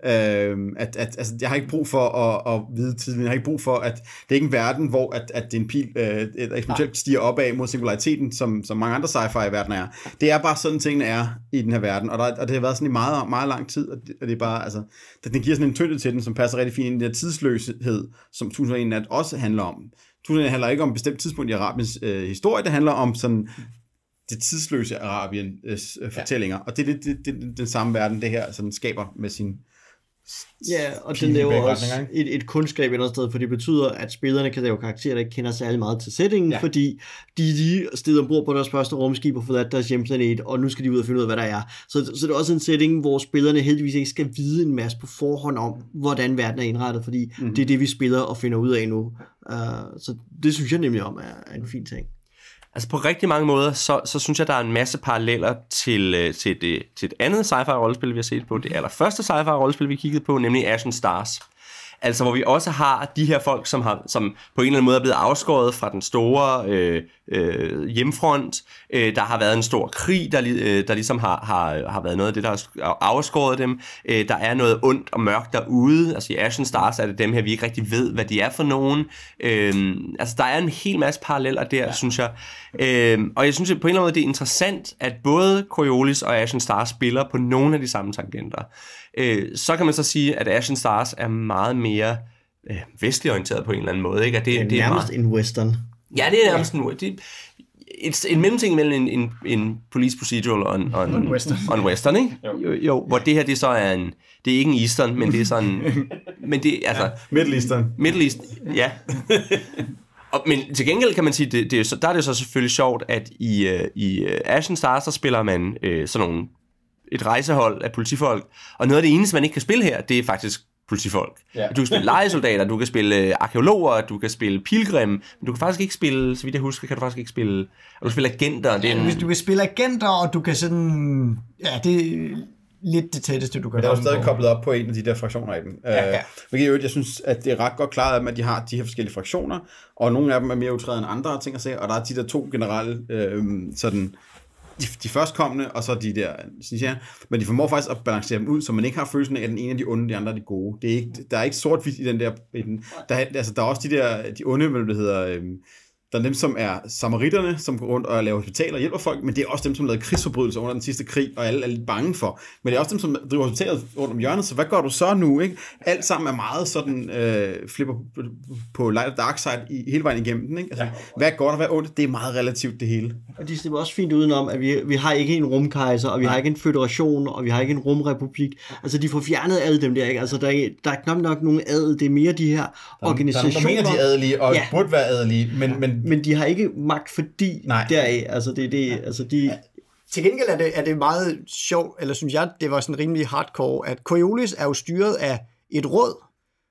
Øhm, at, at, altså, jeg har ikke brug for at, at vide tiden. Jeg har ikke brug for, at det er ikke en verden, hvor at, at det er en pil, øh, et eksponentielt stiger opad mod singulariteten, som, som mange andre sci-fi-verdener er. Det er bare sådan, tingene er i den her verden. Og, der, og det har været sådan i meget, meget lang tid. Og det, og det er bare, altså, den giver sådan en tyngde til den, som passer rigtig fint ind i den der tidsløshed, som tusind og en nat også handler om. tusind og en handler ikke om et bestemt tidspunkt i Arabiens øh, historie. Det handler om sådan... det tidsløse Arabien øh, fortællinger, ja. Og det er det, det, det, den samme verden, det her sådan skaber med sin ja, og den laver også et, et kundskab et andet sted, for det betyder, at spillerne kan lave karakterer, der ikke kender særlig meget til settingen, ja. Fordi de lige stedet ombord på deres første rumskib og forladt deres hjemplanet, og nu skal de ud og finde ud af, hvad der er. Så, så det er også en setting, hvor spillerne heldigvis ikke skal vide en masse på forhånd om, hvordan verden er indrettet, fordi mm-hmm. det er det, vi spiller og finder ud af nu. Uh, så det synes jeg nemlig om er, er en fin ting. Altså på rigtig mange måder, så, så synes jeg, der er en masse paralleller til, til, det, til et andet sci-fi rollespil, vi har set på. Det allerførste sci-fi rollespil, vi kiggede på, nemlig Ashen Stars. Altså, hvor vi også har de her folk, som, har, som på en eller anden måde er blevet afskåret fra den store øh, øh, hjemfront. Øh, der har været en stor krig, der, øh, der ligesom har, har, har været noget af det, der har afskåret dem. Øh, der er noget ondt og mørkt derude. Altså i Ashen Stars er det dem her, vi ikke rigtig ved, hvad de er for nogen. Øh, altså, der er en hel masse paralleller der, ja. synes jeg. Øh, og jeg synes at på en eller anden måde, det er interessant, at både Coriolis og Ashen Stars spiller på nogle af de samme tangenter. Øh, så kan man så sige, at Ashen Stars er meget mere øh, vestlig orienteret på en eller anden måde. Ikke? At det, det er det er nærmest meget... en western. Ja, det er nærmest en western. Et, en mellemting mellem en, en, en police procedural og en, og en, en western. Og en western, ikke? Jo. jo, hvor det her, det så er en... Det er ikke en eastern, men det er sådan... men det altså... Ja, Middle Eastern. Middle East, ja. Og, men til gengæld kan man sige, det, det er så, der er det så selvfølgelig sjovt, at i, uh, i uh, Ashen Stars, der spiller man uh, sådan nogle, et rejsehold af politifolk, og noget af det eneste, man ikke kan spille her, det er faktisk politifolk. Ja. Du kan spille lejesoldater, du kan spille uh, arkeologer, du kan spille pilgrimme, men du kan faktisk ikke spille, så vidt jeg husker, kan du faktisk ikke spille, og du kan spille agenter. Det er en, Hvis du kan spille agenter, og du kan sådan, ja, det er lidt det tætteste, du kan. Men der er jo stadig koblet op på en af de der fraktioner af dem. Ja, ja. Men jeg, jeg synes, at det er ret godt klaret, at de har de her forskellige fraktioner, og nogle af dem er mere utrædet end andre ting at se, og der er de der to generelle, øh, sådan, de, de førstkommende, og så de der, synes jeg, men de formår faktisk at balancere dem ud, så man ikke har følelsen af, at den ene af de onde, de andre er de gode. Det er ikke, der er ikke sort-hvidt i den der, i den, der, altså, der er også de der, de onde, hvad det hedder, øh, der er dem, som er samaritterne, som går rundt og laver hospitaler og hjælper folk, men det er også dem, som lavede krigsforbrydelser under den sidste krig, og alle er lidt bange for. Men det er også dem, som driver hospitalet rundt om hjørnet, så hvad gør du så nu? Ikke? Alt sammen er meget sådan, øh, flipper på, på light og dark side i, hele vejen igennem den. Ikke? Altså, ja. Hvad er godt og hvad er ondt? Det er meget relativt det hele. Og de slipper også fint udenom, at vi, vi har ikke en rumkejser, og vi Nej. har ikke en føderation, og vi har ikke en rumrepublik. Altså, de får fjernet alle dem der, ikke? Altså, der er, der er knap nok nogen adel, det er mere de her der, organisationer. Der er, der er de adelige, og ja. burde være adelige, men, men men de har ikke magt fordi Nej. deraf, altså det, det altså de... Ja. Til gengæld er det, er det meget sjovt, eller synes jeg, det var sådan rimelig hardcore, at Coriolis er jo styret af et råd,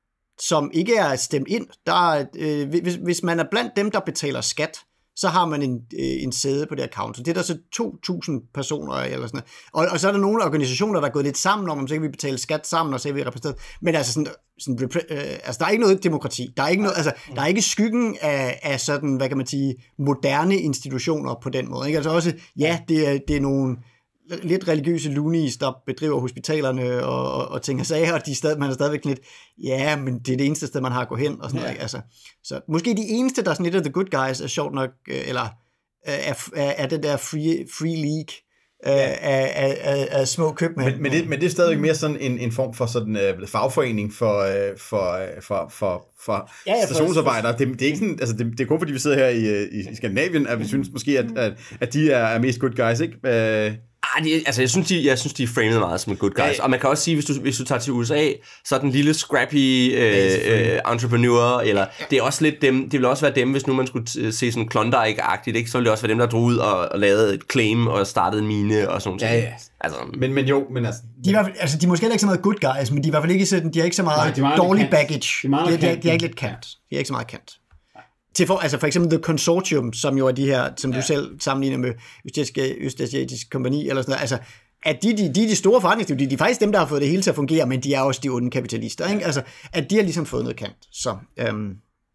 som ikke er stemt ind. Der er, øh, hvis, hvis man er blandt dem, der betaler skat, så har man en, øh, en sæde på det account. Så det er der så to tusind personer eller sådan noget. Og, og så er der nogle organisationer, der er gået lidt sammen om, så kan vi betale skat sammen, og så er vi repræsenteret. Men altså, sådan, sådan, øh, altså der er ikke noget demokrati. Der er ikke, noget, altså, der er ikke skyggen af, af sådan, hvad kan man sige, moderne institutioner på den måde. Ikke? Altså også, ja, det er, det er nogle lidt religiøse loonies, der bedriver hospitalerne og, og, og ting og sager, og de stad, man er stadigvæk lidt, ja, men det er det eneste sted, man har at gå hen, og sådan ja. noget, ikke? Altså, så måske de eneste, der er sådan lidt af the good guys, er sjovt nok, eller er, er, er det der free, free league ja. af, af, af, af små købmænd. Men, men, det, men det er stadigvæk mere sådan en, en form for sådan uh, fagforening for, uh, for, uh, for, for, for ja, ja, stationsarbejdere. Det, det er ikke sådan, altså det, det er kun fordi vi sidder her i, i, i Skandinavien, at vi synes måske, at, at, at de er, er mest good guys, ikke? Uh, Ah, de, altså jeg synes, de, jeg synes, de er framed meget som good guys. Ja, ja. Og man kan også sige, hvis du, hvis du tager til U S A, så er den lille scrappy øh, øh, entrepreneur, eller ja. det er også lidt dem, det vil også være dem, hvis nu man skulle se sådan Klondike-agtigt, ikke? Så ville det også være dem, der drog ud og, og lavede et claim og startede en mine og sådan noget. Ja, ja. Altså, men, men jo, men altså... De er, altså, de er måske ikke så meget good guys, men de er i hvert fald ikke sådan, de har ikke så meget, Nej, dårlig baggage. De er, de, de, de er ikke lidt kant. De er ikke så meget kant. Til for, altså for eksempel The Consortium, som jo er de her, som ja. du selv sammenligner med Østasiatisk Kompagni eller sådan noget, altså, at de, de, de, de store forretningsliv, de, de er faktisk dem, der har fået det hele til at fungere, men de er også de onde kapitalister, ikke? Altså, at de har ligesom fået noget kant. Så, øhm,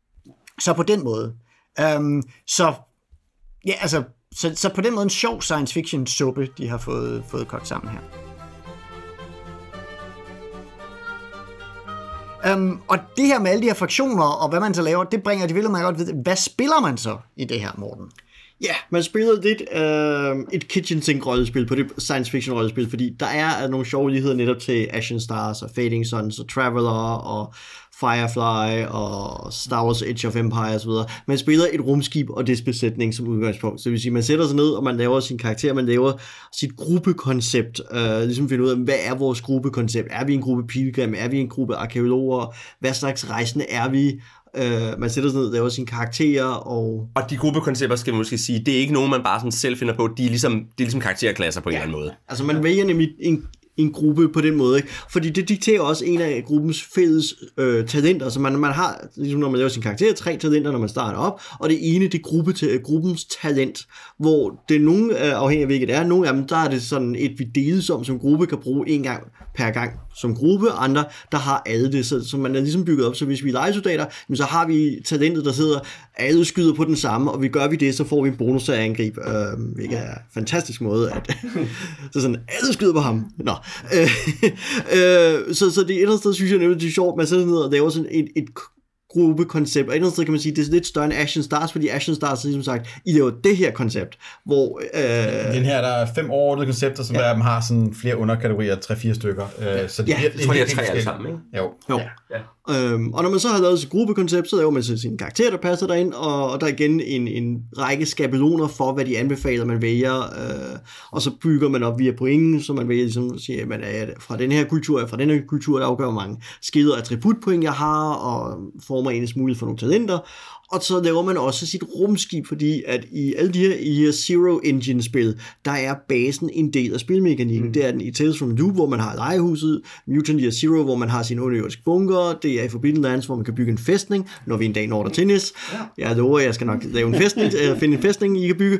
så på den måde. Øhm, så, ja, altså, så, så på den måde en sjov science fiction suppe, de har fået, fået kogt sammen her. Um, og det her med alle de her fraktioner, og hvad man så laver, det bringer de vildt meget godt ved. Hvad spiller man så i det her, Morten? Ja, yeah, man spiller lidt øh, et kitchen sink rollespil på det science fiction rollespil, fordi der er nogle sjove ligheder netop til Ashen Stars og Fading Suns og Traveler og Firefly og Star Wars Age of Empires og så videre. Man spiller et rumskib og dets besætning som udgangspunkt. Så det vil sige, man sætter sig ned, og man laver sin karakter, man laver sit gruppekoncept, øh, ligesom finder ud af, hvad er vores gruppekoncept? Er vi en gruppe pilgrim? Er vi en gruppe arkeologer? Hvad slags rejsende er vi? Uh, man sætter sig ned og laver sine karakterer og... Og de gruppekoncepter, skal vi måske sige, det er ikke nogen, man bare sådan selv finder på. De er ligesom, de er ligesom karakterklasser på en ja. eller anden måde. Altså man vælger nemlig en, en gruppe på den måde, ikke? Fordi det dikterer også en af gruppens fælles øh, talenter, så man, man har, ligesom når man laver sin karakter, tre talenter, når man starter op, og det ene, det er gruppe til, gruppens talent, hvor det er nogen, øh, afhængig af hvilket det er, nogle af dem, der er det sådan et, vi deles om, som gruppe kan bruge en gang per gang som gruppe, andre, der har alle det, så, så man er ligesom bygget op, så hvis vi er lejesoldater, så har vi talentet, der sidder, alle skyder på den samme, og vi gør vi det, så får vi en bonus til at angribe, øh, hvilket er en fantastisk måde, at så sådan, alle skyder på ham. Nå. Øh, øh, så, så det et eller andet sted, synes jeg nemlig, det er sjovt, man sidder ned og laver sådan et, et gruppekoncept, og et eller andet sted kan man sige, det er lidt større end Ashen Stars, fordi Ashen Stars er ligesom sagt, I laver det her koncept, hvor... Øh, den her, der er fem overordnede koncepter, som ja. har sådan flere underkategorier, tre-fire stykker. Øh, så det, ja, det, jeg tror, det de er tre alle sammen, ikke? Jo. jo. Ja. Øhm, og når man så har lavet sit gruppekoncept, så laver man så sin karakter, der passer derind, og, og der er igen en, en række skabeloner for, hvad de anbefaler, man vælger, øh, og så bygger man op via point, så man vælger ligesom, siger, at man er fra den her kultur, fra den her kultur, der afgør, hvor mange skede og attributpoint jeg har, og former eneste mulighed for nogle talenter. Og så laver man også sit rumskib, fordi at i alle de her, i her Zero Engine-spil, der er basen en del af spilmekanikken. Mm. Det er den i Tales from the Loop, hvor man har lejehuset, Mutant Year Zero, hvor man har sin underjordiske bunker, det er i Forbidden Lands, hvor man kan bygge en fæstning, når vi en dag når der tennis. Jeg lover, at jeg skal nok lave en fæstning, finde en fæstning, I kan bygge.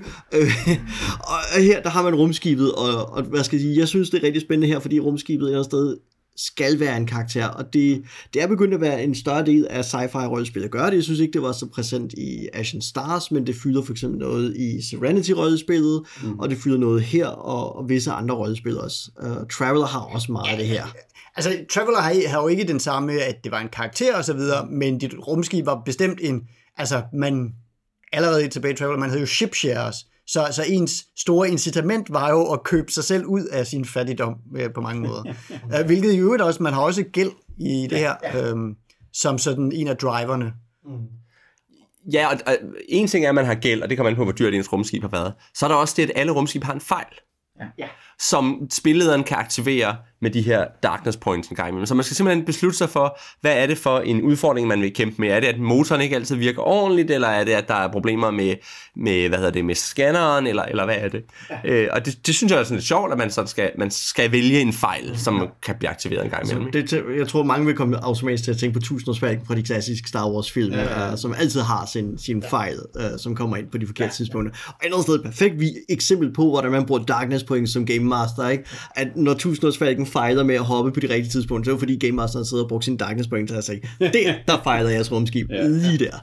Og her, der har man rumskibet, og, og hvad skal jeg sige, jeg synes, det er rigtig spændende her, fordi rumskibet er et eller andet sted skal være en karakter, og det, det er begyndt at være en større del af sci-fi-rollespil at gøre det. Jeg synes ikke, det var så præsent i Ashen Stars, men det fylder for eksempel noget i Serenity-rollespillet, mm. og det fylder noget her, og, og visse andre rollespil også. Uh, Traveller har også meget af det her. Altså, Traveller har, har jo ikke den samme, at det var en karakter og så videre, men dit rumskib var bestemt en, altså man, allerede tilbage i Traveller, man havde jo ship shares, Så, så ens store incitament var jo at købe sig selv ud af sin fattigdom øh, på mange måder. uh, hvilket i øvrigt også, man har også gæld i det her, øh, som sådan en af driverne. Mm. Ja, og, og en ting er, at man har gæld, og det kommer an på, hvor dyrt ens rumskib har været. Så er der også det, at alle rumskib har en fejl, ja. som spillederen kan aktivere med de her darkness points en gang imellem. Så man skal simpelthen beslutte sig for, hvad er det for en udfordring, man vil kæmpe med? Er det, at motoren ikke altid virker ordentligt, eller er det, at der er problemer med, med hvad hedder det, med scanneren, eller, eller hvad er det? Ja. Øh, og det, det synes jeg er sådan lidt sjovt, at man, så skal, man skal vælge en fejl, som ja. kan blive aktiveret en gang imellem. Det, jeg tror, mange vil komme automatisk til at tænke på tusindårsfalken fra de klassiske Star Wars-film, ja. uh, som altid har sin, sin ja. fejl, uh, som kommer ind på de forkerte ja. tidspunkter. Og et eller andet sted et perfekt eksempel på, hvordan man bruger darkness points som Game Master, ikke? At når tusindårsfalken fejler med at hoppe på de rigtige tidspunkter, så er det fordi Game Master sidder og brugt sin darkness point til at sige, der, der fejler jeres rumskib, ja, lige der.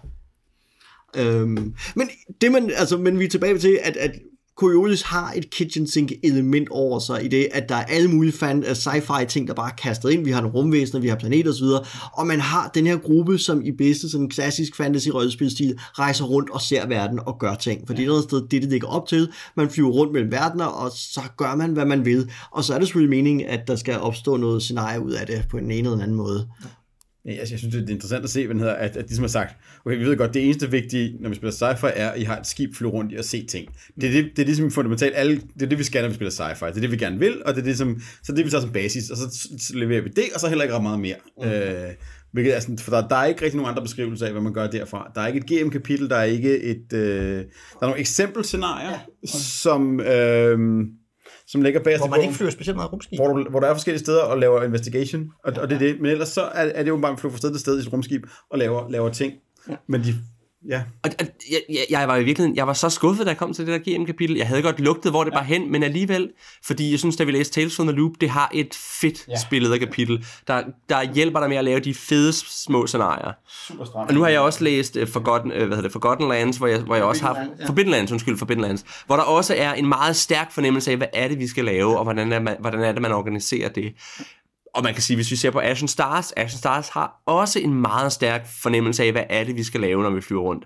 Øhm, men det man, altså, men vi er tilbage til, at, at Coriolis har et kitchen sink element over sig i det, at der er alle mulige fan, sci-fi ting, der bare er kastet ind. Vi har nogle rumvæsener, vi har planeter osv., og man har den her gruppe, som i bedste sådan klassisk fantasy-rollespilstil rejser rundt og ser verden og gør ting. For det er noget sted, det det ligger op til. Man flyver rundt mellem verdener, og så gør man, hvad man vil. Og så er det selvfølgelig meningen, at der skal opstå noget scenarie ud af det på en ene eller anden måde. Ja, altså, jeg synes, det er interessant at se, hvad den hedder, at, at de som har sagt, okay, vi ved godt, det eneste vigtige, når vi spiller sci-fi, er, at I har et skib flyve rundt i og se ting. Det er det, det er det, som fundamentalt, alle, det er det, vi skal, når vi spiller sci-fi. Det er det, vi gerne vil, og det er det, som, så det, vi tager som basis, og så, så leverer vi det, og så heller ikke ret meget mere. Mm. Øh, hvilket er sådan, for der, der er ikke rigtig nogen andre beskrivelser af, hvad man gør derfra. Der er ikke et G M-kapitel, der er ikke et, øh, der er nogle eksempelscenarier, ja. som... Øh, som ligger bag hvor man ikke flyver specielt meget rumskib. Hvor, du, hvor der er forskellige steder og laver investigation, og, og det er det. Men ellers så er, er det jo bare, at man flyver fra sted til sted i sit rumskib og laver, laver ting. Ja. Men de... Ja. Og, og jeg, jeg var i virkeligheden, jeg var så skuffet, da jeg kom til det der G M-kapitel. Jeg havde godt lugtet, hvor det ja. var hen, men alligevel, fordi jeg synes, da vi læste Tales from the Loop, det har et fedt ja. spillet af kapitel, der, der hjælper dig med at lave de fede små scenarier. Super stramt. Og nu har jeg også læst uh, Forgotten, uh, hvad hedder det, Forgotten Lands, hvor jeg, hvor jeg også har... Land, ja. Forbidden Lands, undskyld, Forbidden Lands, hvor der også er en meget stærk fornemmelse af, hvad er det, vi skal lave, og hvordan er, man, hvordan er det, man organiserer det. Og man kan sige, hvis vi ser på Ashen Stars, Ashen Stars har også en meget stærk fornemmelse af, hvad er det, vi skal lave, når vi flyver rundt.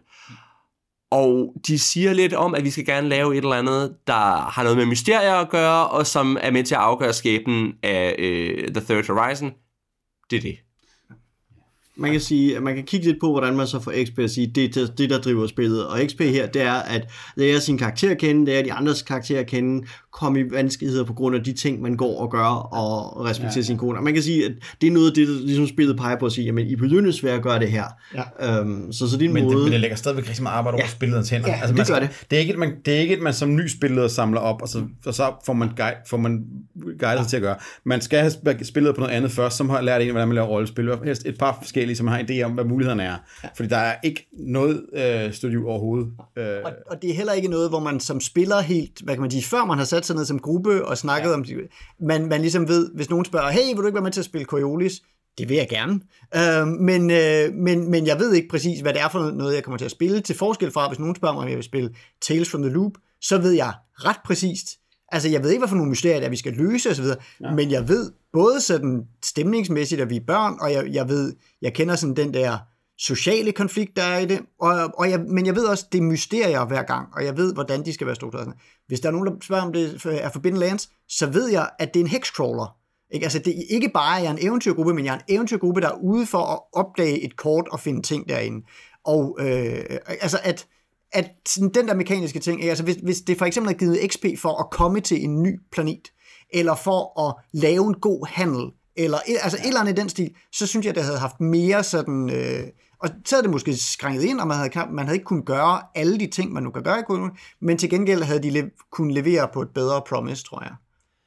Og de siger lidt om, at vi skal gerne lave et eller andet, der har noget med mysterier at gøre, og som er med til at afgøre skæbnen af øh, The Third Horizon. Det er det. Man kan sige, at man kan kigge lidt på, hvordan man så får X P at sige, det er det, der driver spillet. Og X P her, det er at lære sin karakter at kende, det er de andres karakterer at kende, komme i vanskeligheder på grund af de ting, man går og gør, og respektere ja, ja. sine koner. Man kan sige, at det er noget af det, der ligesom spillet peger på at sige, jamen I begyndes ved at gøre det her. Ja. Øhm, så, så det er en men, måde... det, men det lægger stadigvæk rigtig meget arbejde over ja. spillederens hænder. Ja, altså, det man, gør det. Det er ikke, at man, det er ikke, at man som ny spilleder samler op, og så, og så får man guide, får man guide ja. til at gøre. Man skal have spillet på noget andet først, som har lært en, hvordan man laver rollespil. Helst et par forskellige, som har idé om, hvad mulighederne er. Ja. Fordi der er ikke noget øh, studio overhovedet. Øh. Og, og det er heller ikke noget, hvor man som spiller helt, hvad kan man sige, før man har sat sig ned som gruppe og snakket ja. om, man, man ligesom ved, hvis nogen spørger, hey, vil du ikke være med til at spille Coriolis? Det vil jeg gerne. Øh, men, øh, men, men jeg ved ikke præcis, hvad det er for noget, jeg kommer til at spille. Til forskel fra, hvis nogen spørger mig, om jeg vil spille Tales from the Loop, så ved jeg ret præcist. Altså, jeg ved ikke, hvad for nogle mysterier der vi skal løse osv., ja. men jeg ved både sådan stemningsmæssigt, at vi er børn, og jeg, jeg ved, jeg kender sådan den der sociale konflikt, der er i det, og, og jeg, men jeg ved også, det er mysterier hver gang, og jeg ved, hvordan de skal være struktureret. Hvis der er nogen, der spørger, om det er Forbidden Lands, så ved jeg, at det er en hexcrawler. Ikke? Altså, det er ikke bare, at jeg er en eventyrgruppe, men jeg er en eventyrgruppe, der er ude for at opdage et kort og finde ting derinde. Og øh, altså, at at sådan den der mekaniske ting, altså hvis, hvis det for eksempel er givet X P for at komme til en ny planet, eller for at lave en god handel, eller altså et eller andet i den stil, så synes jeg, det havde haft mere sådan, øh, og så havde det måske skrænket ind, og man havde, man havde ikke kunnet gøre alle de ting, man nu kan gøre i koden, men til gengæld havde de le- kunnet levere på et bedre promise, tror jeg.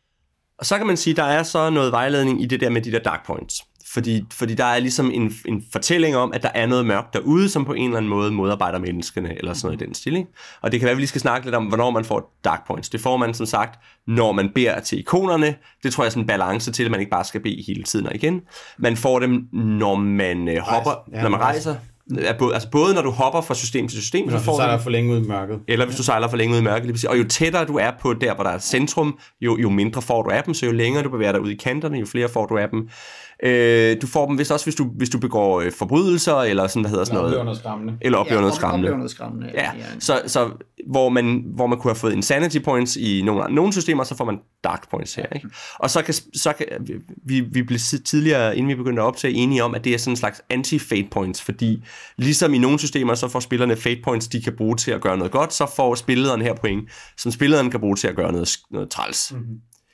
Og så kan man sige, der er så noget vejledning i det der med de der dark points. Fordi, fordi der er ligesom en, en fortælling om, at der er noget mørkt derude, som på en eller anden måde modarbejder menneskene, eller sådan noget i den stil. Og det kan være, at vi lige skal snakke lidt om, hvornår man får dark points. Det får man som sagt, når man beder til ikonerne. Det tror jeg er sådan en balance til, at man ikke bare skal bede hele tiden og igen. Man får dem, når man øh, hopper, ja, når man rejser. Altså både når du hopper fra system til system, så får du sejler for længe ud i mørket. Eller hvis du sejler for længe ud i mørket. Og jo tættere du er på der, hvor der er centrum, jo, jo mindre får du af dem. Så jo længere du bevæger dig ud i kanterne, jo flere får du af dem. Øh, du får dem vist også, hvis du, hvis du begår øh, forbrydelser, eller sådan, hvad hedder sådan noget. Eller oplever noget skræmmende. Eller oplever ja, noget skræmmende. Oplever noget skræmmende. Ja, så, så hvor, man, hvor man kunne have fået insanity points i nogle, nogle systemer, så får man dark points her. Ikke? Og så kan, så kan vi, vi blev tidligere, inden vi begyndte at optage, enige om, at det er sådan en slags anti-fate points, fordi ligesom i nogle systemer, så får spillerne fate points, de kan bruge til at gøre noget godt, så får spillederen her point, som spillederen kan bruge til at gøre noget, noget træls. Mm-hmm.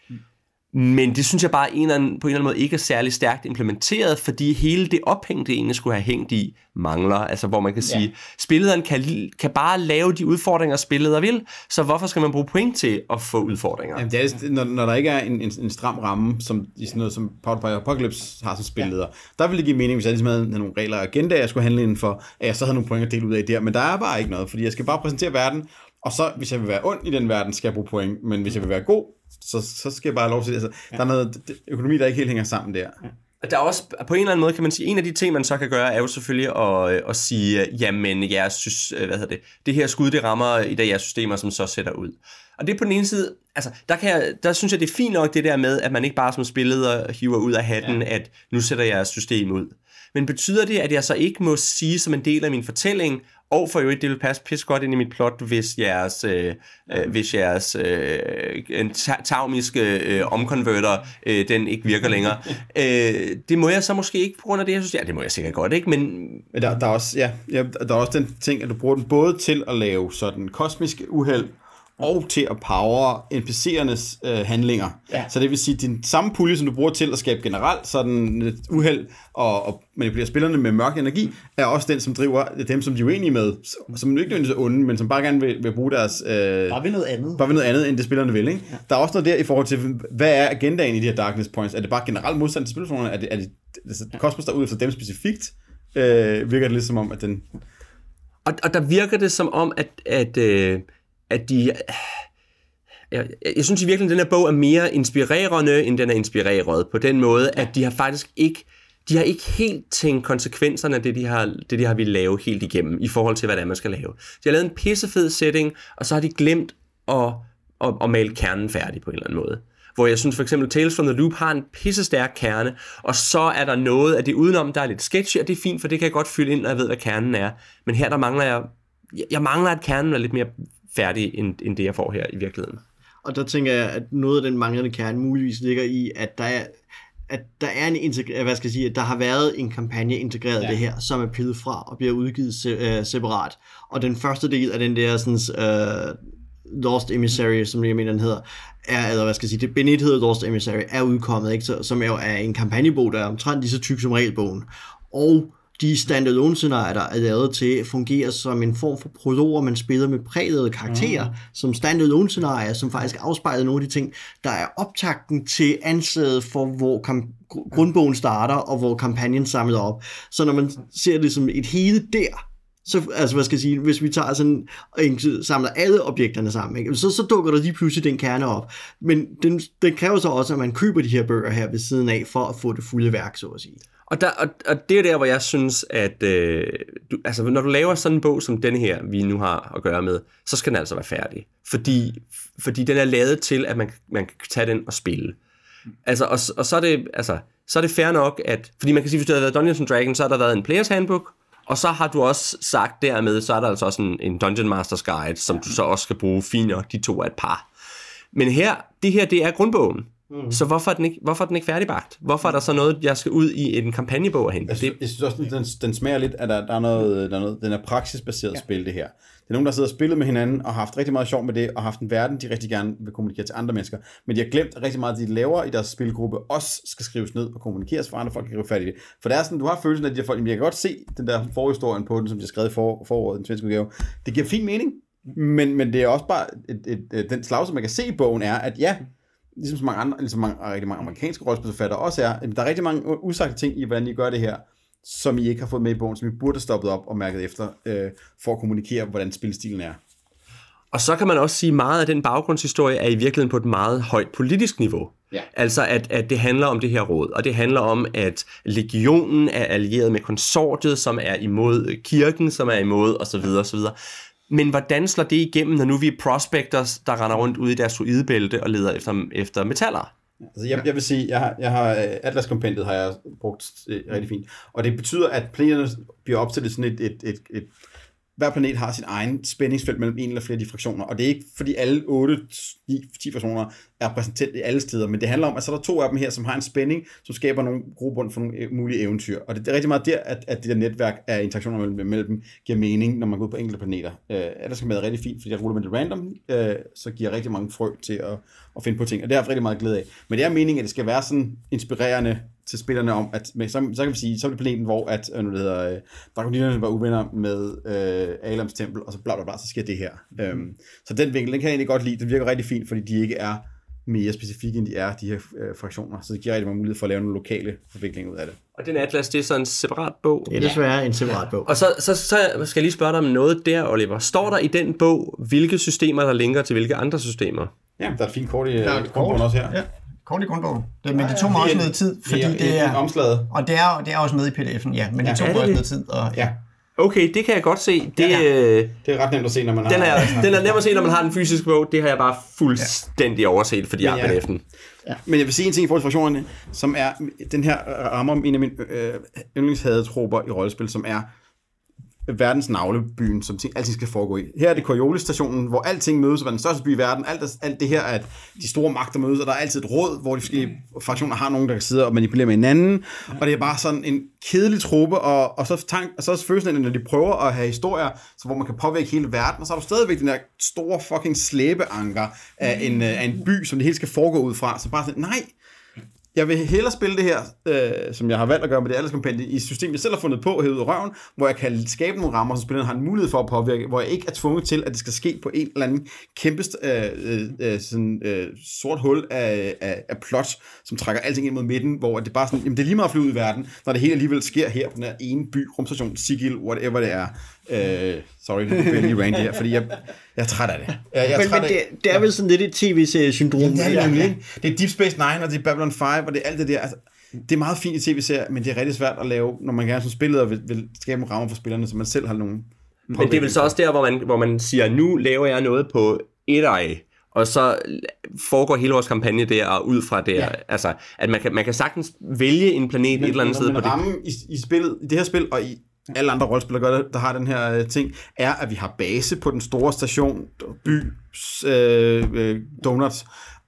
Men det synes jeg bare en eller anden, på en eller anden måde ikke er særlig stærkt implementeret, fordi hele det ophæng, det egentlig skulle have hængt i, mangler. Altså hvor man kan sige, ja. spillederen kan, kan bare lave de udfordringer, spilleder vil, så hvorfor skal man bruge point til at få udfordringer? Jamen, det er, når, når der ikke er en, en, en stram ramme, som i sådan noget som Powered by Apocalypse har som spilleder, ja. der ville det give mening, hvis jeg ligesom havde nogle regler og agenda, jeg skulle handle inden for, at jeg så havde nogle point at dele ud af der, men der er bare ikke noget, fordi jeg skal bare præsentere verden, og så hvis jeg vil være ond i den verden, skal jeg bruge point, men hvis jeg vil være god, så, så skal jeg bare have lov til det. Altså, ja. Der er noget økonomi, der ikke helt hænger sammen der. Ja. Der er også, på en eller anden måde kan man sige, en af de ting, man så kan gøre, er jo selvfølgelig at, at sige, jamen, jeg synes, hvad hedder det, det her skud, det rammer et af jeres systemer, som så sætter ud. Og det er på den ene side, altså, der, kan jeg, der synes jeg, det er fint nok det der med, at man ikke bare som spilleder hiver ud af hatten, ja. at nu sætter jeres system ud. Men betyder det, at jeg så ikke må sige som en del af min fortælling, og for øvrigt, det vil passe pisse godt ind i mit plot, hvis jeres, øh, øh, hvis jeres øh, taumiske øh, omkonverter, øh, den ikke virker længere. øh, det må jeg så måske ikke på grund af det, jeg synes. Ja, det må jeg sikkert godt, ikke? Men, Men der, der, er også, ja, ja, der er også den ting, at du bruger den både til at lave sådan kosmiske uheld, og til at power N P C'ernes øh, handlinger. Ja. Så det vil sige, at din samme pulje, som du bruger til at skabe generelt sådan et uheld og, og manipulere spillerne med mørk energi, er også den, som driver dem, som de er uenige med, som ikke nødvendigvis er onde, men som bare gerne vil, vil bruge deres... Øh, bare ved noget andet. Bare ved noget andet, end det spillerne vil. Ikke? Ja. Der er også noget der i forhold til, hvad er agendaen i de her darkness points? Er det bare generelt modstand til spilpersonerne? Er det, er det altså, kosmos, der ud efter dem specifikt? Øh, virker det lidt som om, at den... Og, og der virker det som om, at... at øh at de... Jeg, jeg synes i virkeligheden, at den her bog er mere inspirerende, end den er inspireret på den måde, at de har faktisk ikke... De har ikke helt tænkt konsekvenserne af det, de har, det, de har ville lave helt igennem, i forhold til, hvad det er, man skal lave. De har lavet en pissefed setting, og så har de glemt at, at, at male kernen færdig på en eller anden måde. Hvor jeg synes for eksempel, Tales from the Loop har en pissestærk kerne, og så er der noget af det udenom, der er lidt sketchy, og det er fint, for det kan jeg godt fylde ind, når jeg ved, hvad kernen er. Men her, der mangler jeg... Jeg mangler, at kernen er lidt mere færdig, end, end det, jeg får her i virkeligheden. Og der tænker jeg, at noget af den manglende kerne muligvis ligger i, at der er, at der er en integra- hvad skal jeg sige, at der har været en kampagne integreret ja. det her, som er pillet fra og bliver udgivet se- uh, separat. Og den første del af den der sådan, uh, Lost Emissary, som jeg mener den hedder, er, eller hvad skal jeg sige, det Benet hedder Lost Emissary, er udkommet, ikke? Så, som jo er en kampagnebog, der er omtrent lige så tyk som regelbogen. Og de standalone scenarier, der er lavet til at fungere som en form for prologer, man spiller med prægede karakterer, mm. som standalone scenarier, som faktisk afspejler nogle af de ting, der er optakten til anslaget for, hvor kam- grundbogen starter, og hvor kampagnen samler op. Så når man ser det som et hele der, så, altså hvad skal jeg sige, hvis vi tager sådan, og samler alle objekterne sammen, ikke? Så, så dukker der lige pludselig den kerne op. Men den, den kræver så også, at man køber de her bøger her ved siden af, for at få det fulde værk, så at sige. Og, der, og, og det er der, hvor jeg synes, at øh, du, altså, når du laver sådan en bog som den her, vi nu har at gøre med, så skal den altså være færdig. Fordi, fordi den er lavet til, at man, man kan tage den og spille. Altså, og, og så, er det, altså, så er det fair nok, at... Fordi man kan sige, hvis det havde været Dungeons and Dragons, så har der været en Players Handbook, og så har du også sagt dermed, så er der altså også en, en Dungeon Masters Guide, som du så også skal bruge finere. De to er et par. Men her, det her, det er grundbogen. Mm. Så hvorfor er, den ikke, hvorfor er den ikke færdigbagt? Hvorfor er der så noget, jeg skal ud i en kampagnebog hen? Jeg synes, jeg synes også, den, den smager lidt, at der, der, er noget, der er noget, den er praksisbaseret ja. spil, det her. Det er nogen, der sidder og spillet med hinanden, og har haft rigtig meget sjov med det, og har haft en verden, de rigtig gerne vil kommunikere til andre mennesker. Men de har glemt, at rigtig meget, de laver i deres spilgruppe, også skal skrives ned og kommunikeres for andre folk, kan gribe fat i det. For det er sådan, du har følelsen af, at de her folk, jeg kan godt se den der forhistorien på den, som de har skrevet i for, foråret, den svenske udgave. Det giver fin mening, men, men det er også bare, et, et, et, den slag, som man kan se i bogen, er, at ja, ligesom så mange andre, ligesom mange, rigtig mange amerikanske rollespilsforfattere også er, der er rigtig mange usagte ting i, hvordan I gør det her, som I ikke har fået med i bogen, som I burde have stoppet op og mærket efter, øh, for at kommunikere, hvordan spilstilen er. Og så kan man også sige, at meget af den baggrundshistorie er i virkeligheden på et meget højt politisk niveau. Ja. Altså, at, at det handler om det her råd, og det handler om, at legionen er allieret med konsortiet, som er imod kirken, som er imod, osv. osv. Men hvordan slår det igennem, når nu vi er prospectors, der render rundt ude i deres suidebælte og leder efter, efter metaller? Altså jeg, jeg vil sige, jeg har, jeg har Atlas-kompendiet har jeg brugt øh, rigtig fint, og det betyder, at playerne bliver opstillet sådan et, et, et, et hver planet har sin egen spændingsfelt mellem en eller flere af de fraktioner, og det er ikke fordi alle otte, ni, ti fraktioner er repræsenteret i alle steder, men det handler om, at så er der to af dem her, som har en spænding, som skaber nogle grobund for nogle mulige eventyr, og det er rigtig meget der, at, at det der netværk af interaktioner mellem, mellem dem giver mening, når man går ud på enkelte planeter. Uh, ellers kan det være rigtig fint, fordi jeg ruller med det random, uh, så giver rigtig mange frø til at, at finde på ting, og det har jeg rigtig meget glæde af. Men det er meningen, at det skal være sådan inspirerende til spillerne om, at så, så kan vi sige, så er det planeten, hvor at, øh, det hedder, øh, dragoniderne var uvenner med øh, Alams tempel, og så bla bla bla, så sker det her. Mm. Øhm, så den vinkel, den kan jeg egentlig godt lide. Den virker rigtig fint, fordi de ikke er mere specifikke, end de er, de her øh, fraktioner. Så det giver rigtig meget mulighed for at lave nogle lokale forviklinger ud af det. Og den Atlas, det er så en separat bog? Det er desværre en separat bog. Og så, så, så skal jeg lige spørge dig om noget der, Oliver. Står der i den bog, hvilke systemer, der linker til hvilke andre systemer? Ja, der er et fint kort i grundbogen også her. Ja. Kort i grundbogen. Det, men det tog mig også noget tid, fordi det er, det er omslaget. Og det er, det er også med i P D F'en, ja, men det ja, tog mig også noget tid. Og, ja. Okay, det kan jeg godt se. Det, ja, ja. det er ret nemt at se, når man den har... Er, den er nemt at se, når man har den fysiske bog. Det har jeg bare fuldstændig ja. overset, fordi jeg har P D F'en. Ja. Men jeg vil sige en ting i forhold til fraktionerne, som er, den her rammer en af mine øh, yndlingshadetropper i rollespil, som er verdens navlebyen, som ting, alting skal foregå i. Her er det Coriolis-stationen, hvor alting mødes, og er den største by i verden. Alt, alt det her er, at de store magter mødes, og der er altid et råd, hvor de forskellige fraktioner har nogen, der kan sidde og manipulere med hinanden. Og det er bare sådan en kedelig truppe, og, og, så, tank, og så er følelsen, når de prøver at have historier, så hvor man kan påvirke hele verden, og så er der stadigvæk den der store fucking slæbeanker af en, af en by, som det hele skal foregå ud fra. Så bare sådan, nej, jeg vil hellere spille det her, øh, som jeg har valgt at gøre med det Atlas-kompendiet, i et system, jeg selv har fundet på herude i røven, hvor jeg kan skabe nogle rammer, så spillerne har en mulighed for at påvirke, hvor jeg ikke er tvunget til, at det skal ske på en eller anden kæmpe øh, øh, sådan, øh, sort hul af, af, af plot, som trækker alting ind mod midten, hvor det bare sådan, jamen det er lige meget at flyve ud i verden, når det hele alligevel sker her på den her ene by, rumstation, Sigil, whatever det er. Øh, sorry, det er lige Randy her, fordi jeg, jeg er træt af det. Jeg, jeg er men træt men af, det, det er vel sådan lidt et tv-serie-syndrom. Ja, ja, ja. Det er Deep Space Nine, og det er Babylon fem, og det er alt det der. Altså, det er meget fint i tv-serier, men det er rigtig svært at lave, når man gerne som spilleder vil, vil skabe nogle rammer for spillerne, så man selv har nogle... Men det er vel så også der, hvor man, hvor man siger, nu laver jeg noget på et ej, og så foregår hele vores kampagne der, og ud fra det, ja. Altså, at man kan, man kan sagtens vælge en planet men, et eller andet sted på det. Men rammen i, i, spillet, i det her spil, og i alle andre rollespillere gør det, der har den her øh, ting, er, at vi har base på den store station, by, øh, øh, donuts,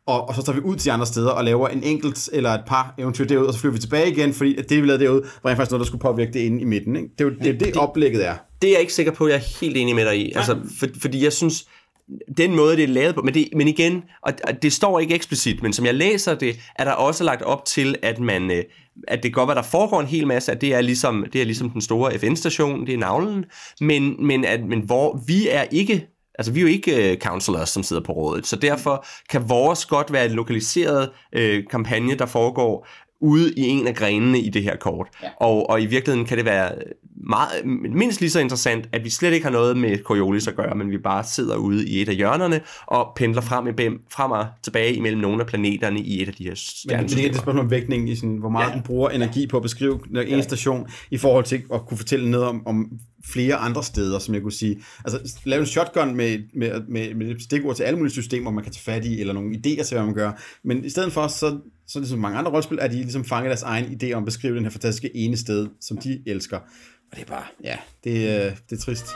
og, og så tager vi ud til andre steder og laver en enkelt eller et par eventyr derude, og så flyver vi tilbage igen, fordi det, vi lavede derude, var faktisk noget, der skulle påvirke det inde i midten. Ikke? Det er jo det, det, det oplægget er. Det er jeg ikke sikker på, jeg er helt enig med dig i. Altså, for, fordi jeg synes, den måde, det er lavet på, men, det, men igen, og det står ikke eksplicit, men som jeg læser det, er der også lagt op til, at man, at det godt, hvad der foregår en hel masse, at det er ligesom, det er ligesom den store F N-station, det er navlen, men, men, at, men hvor vi er ikke, altså vi er jo ikke uh, counselors, som sidder på rådet, så derfor kan vores godt være en lokaliseret uh, kampagne, der foregår ude i en af grenene i det her kort. Ja. Og, og i virkeligheden kan det være meget, mindst lige så interessant, at vi slet ikke har noget med Coriolis at gøre, men vi bare sidder ude i et af hjørnerne og pendler frem, i, frem og tilbage imellem nogle af planeterne i et af de her stjernesystemer. Men det er et spørgsmål om vægtning i sådan, hvor meget ja. den bruger energi på at beskrive en ja. station i forhold til at kunne fortælle noget om, om flere andre steder, som jeg kunne sige. Altså, lave en shotgun med, med, med, med et stikord til alle mulige systemer, man kan tage fat i, eller nogle idéer til, hvad man gør. Men i stedet for, så, så ligesom mange andre rollespil, at de ligesom fanger deres egen idé om at beskrive den her fantastiske ene sted, som de elsker. Og det er bare, ja, det, det er trist.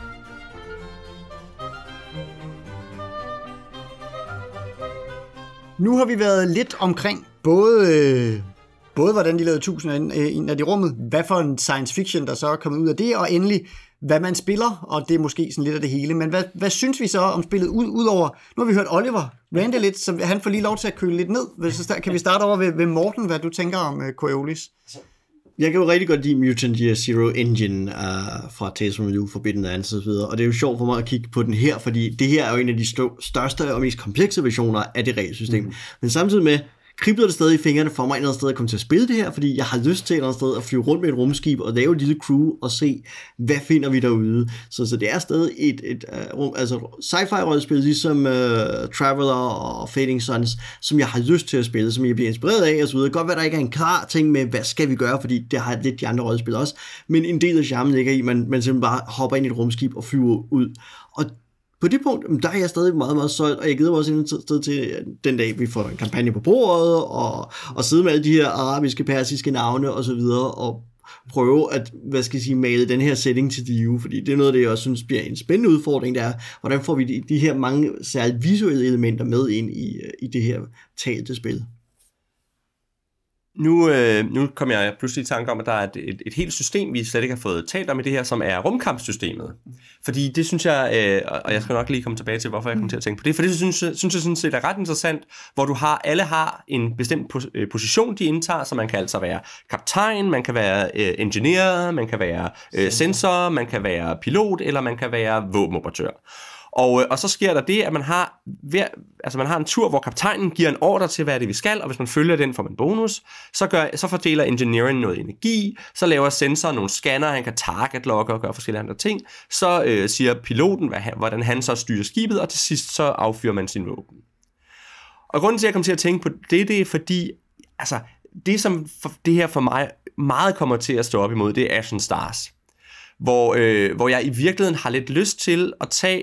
Nu har vi været lidt omkring både, både hvordan de lavede tusind og en af de rummet, hvad for en science fiction, der så er kommet ud af det, og endelig, hvad man spiller, og det er måske sådan lidt af det hele. Men hvad, hvad synes vi så om spillet ud, udover, nu har vi hørt Oliver rante lidt, så han får lige lov til at køle lidt ned. Så kan vi starte over ved, ved Morten, hvad du tænker om uh, Coriolis? Jeg kan jo rigtig godt lide Mutant Year Zero Engine uh, fra Tales from the Forbidden Lands og så videre, og det er jo sjovt for mig at kigge på den her, fordi det her er jo en af de stå- største og mest komplekse versioner af det regelsystem. Mm. Men samtidig med, kribler det stadig i fingrene for mig et eller andet sted at komme til at spille det her, fordi jeg har lyst til et eller andet sted at flyve rundt med et rumskib og lave et lille crew og se, hvad finder vi derude. Så, så det er stadig et, et uh, rum, altså sci-fi-rollespil, ligesom uh, Traveler og Fading Suns, som jeg har lyst til at spille, som jeg bliver inspireret af og så videre. Godt være, der ikke er en klar ting med, hvad skal vi gøre, fordi det har lidt de andre rollespil også, men en del af charmen ligger i, man, man simpelthen bare hopper ind i et rumskib og flyver ud. Og på det punkt, der er jeg stadig meget, meget solgt, og jeg gider mig også en sted til den dag, vi får en kampagne på bordet, og, og sidde med alle de her arabiske, persiske navne og så videre, og prøve at, hvad skal jeg sige, male den her setting til live, fordi det er noget af det, jeg også synes bliver en spændende udfordring, der er, hvordan får vi de, de her mange særligt visuelle elementer med ind i, i det her talte spil. Nu, øh, nu kom jeg pludselig i tanke om, at der er et, et, et helt system, vi slet ikke har fået talt om i det her, som er rumkampsystemet. Fordi det synes jeg, øh, og jeg skal nok lige komme tilbage til, hvorfor jeg kom til at tænke på det, for det synes, synes jeg sådan set er ret interessant, hvor du har, alle har en bestemt position, de indtager, så man kan altså være kaptajn, man kan være øh, engineer, man kan være øh, sensor, man kan være pilot, eller man kan være våbenoperatør. Og, og så sker der det, at man har, hver, altså man har en tur, hvor kaptajnen giver en ordre til, hvad det vi skal, og hvis man følger den, får man bonus. Så, gør, så fordeler engineeren noget energi, så laver sensoren nogle scanner, han kan target-logge og gøre forskellige andre ting. Så øh, siger piloten, hvad, hvordan han så styrer skibet, og til sidst så affyrer man sin våben. Og grunden til, at jeg kom til at tænke på det, det er fordi, altså, det som for, det her for mig meget kommer til at stå op imod, det er Ashen Stars. Hvor, øh, hvor jeg i virkeligheden har lidt lyst til at tage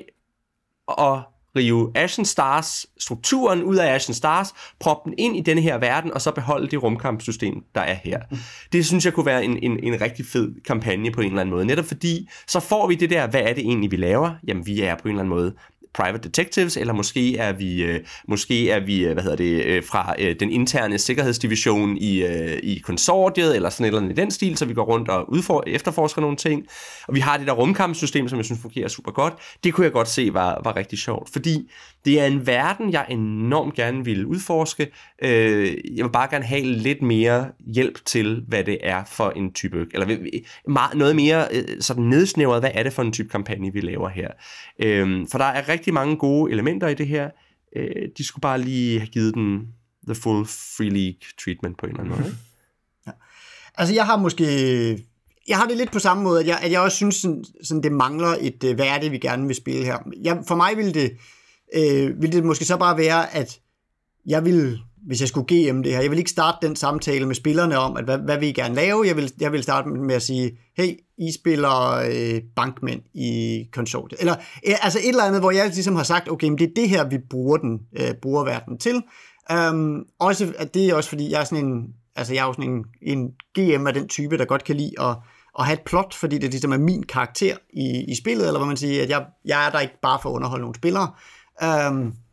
og rive Ashen Stars, strukturen ud af Ashen Stars, proppe den ind i denne her verden, og så beholde det rumkampsystem, der er her. Det synes jeg kunne være en, en, en rigtig fed kampagne på en eller anden måde. Netop fordi, så får vi det der, hvad er det egentlig, vi laver? Jamen, vi er på en eller anden måde private detectives, eller måske er vi, øh, måske er vi hvad hedder det, øh, fra øh, den interne sikkerhedsdivision i, øh, i konsortiet, eller sådan et eller andet i den stil, så vi går rundt og udfor, efterforsker nogle ting. Og vi har det der rumkampsystem, som jeg synes fungerer super godt. Det kunne jeg godt se var, var rigtig sjovt, fordi det er en verden, jeg enormt gerne vil udforske. Øh, jeg vil bare gerne have lidt mere hjælp til, hvad det er for en type, eller meget, noget mere øh, sådan nedsnævret, hvad er det for en type kampagne, vi laver her. Øh, for der er rigtig rigtig mange gode elementer i det her. Øh, de skulle bare lige have givet den the full free league treatment på en eller anden måde. Ja. Altså jeg har måske, jeg har det lidt på samme måde, at jeg, at jeg også synes, sådan, sådan det mangler et, hvad er det, vi gerne vil spille her. Jeg, for mig ville det, øh, ville det måske så bare være, at jeg vil, hvis jeg skulle G M det her, jeg vil ikke starte den samtale med spillerne om, at hvad, hvad vil I gerne lave? Jeg vil, jeg vil starte med at sige, hey, I spiller øh, bankmænd i konsortiet. Eller øh, altså et eller andet, hvor jeg ligesom har sagt, okay, men det er det her, vi bruger den, øh, bruger verden til. Um, også, at det er også fordi, jeg er sådan en, altså jeg er jo sådan en, en G M af den type, der godt kan lide at, at have et plot, fordi det ligesom er min karakter i, i spillet, eller hvad man siger, at jeg, jeg er der ikke bare for at underholde nogle spillere. Um,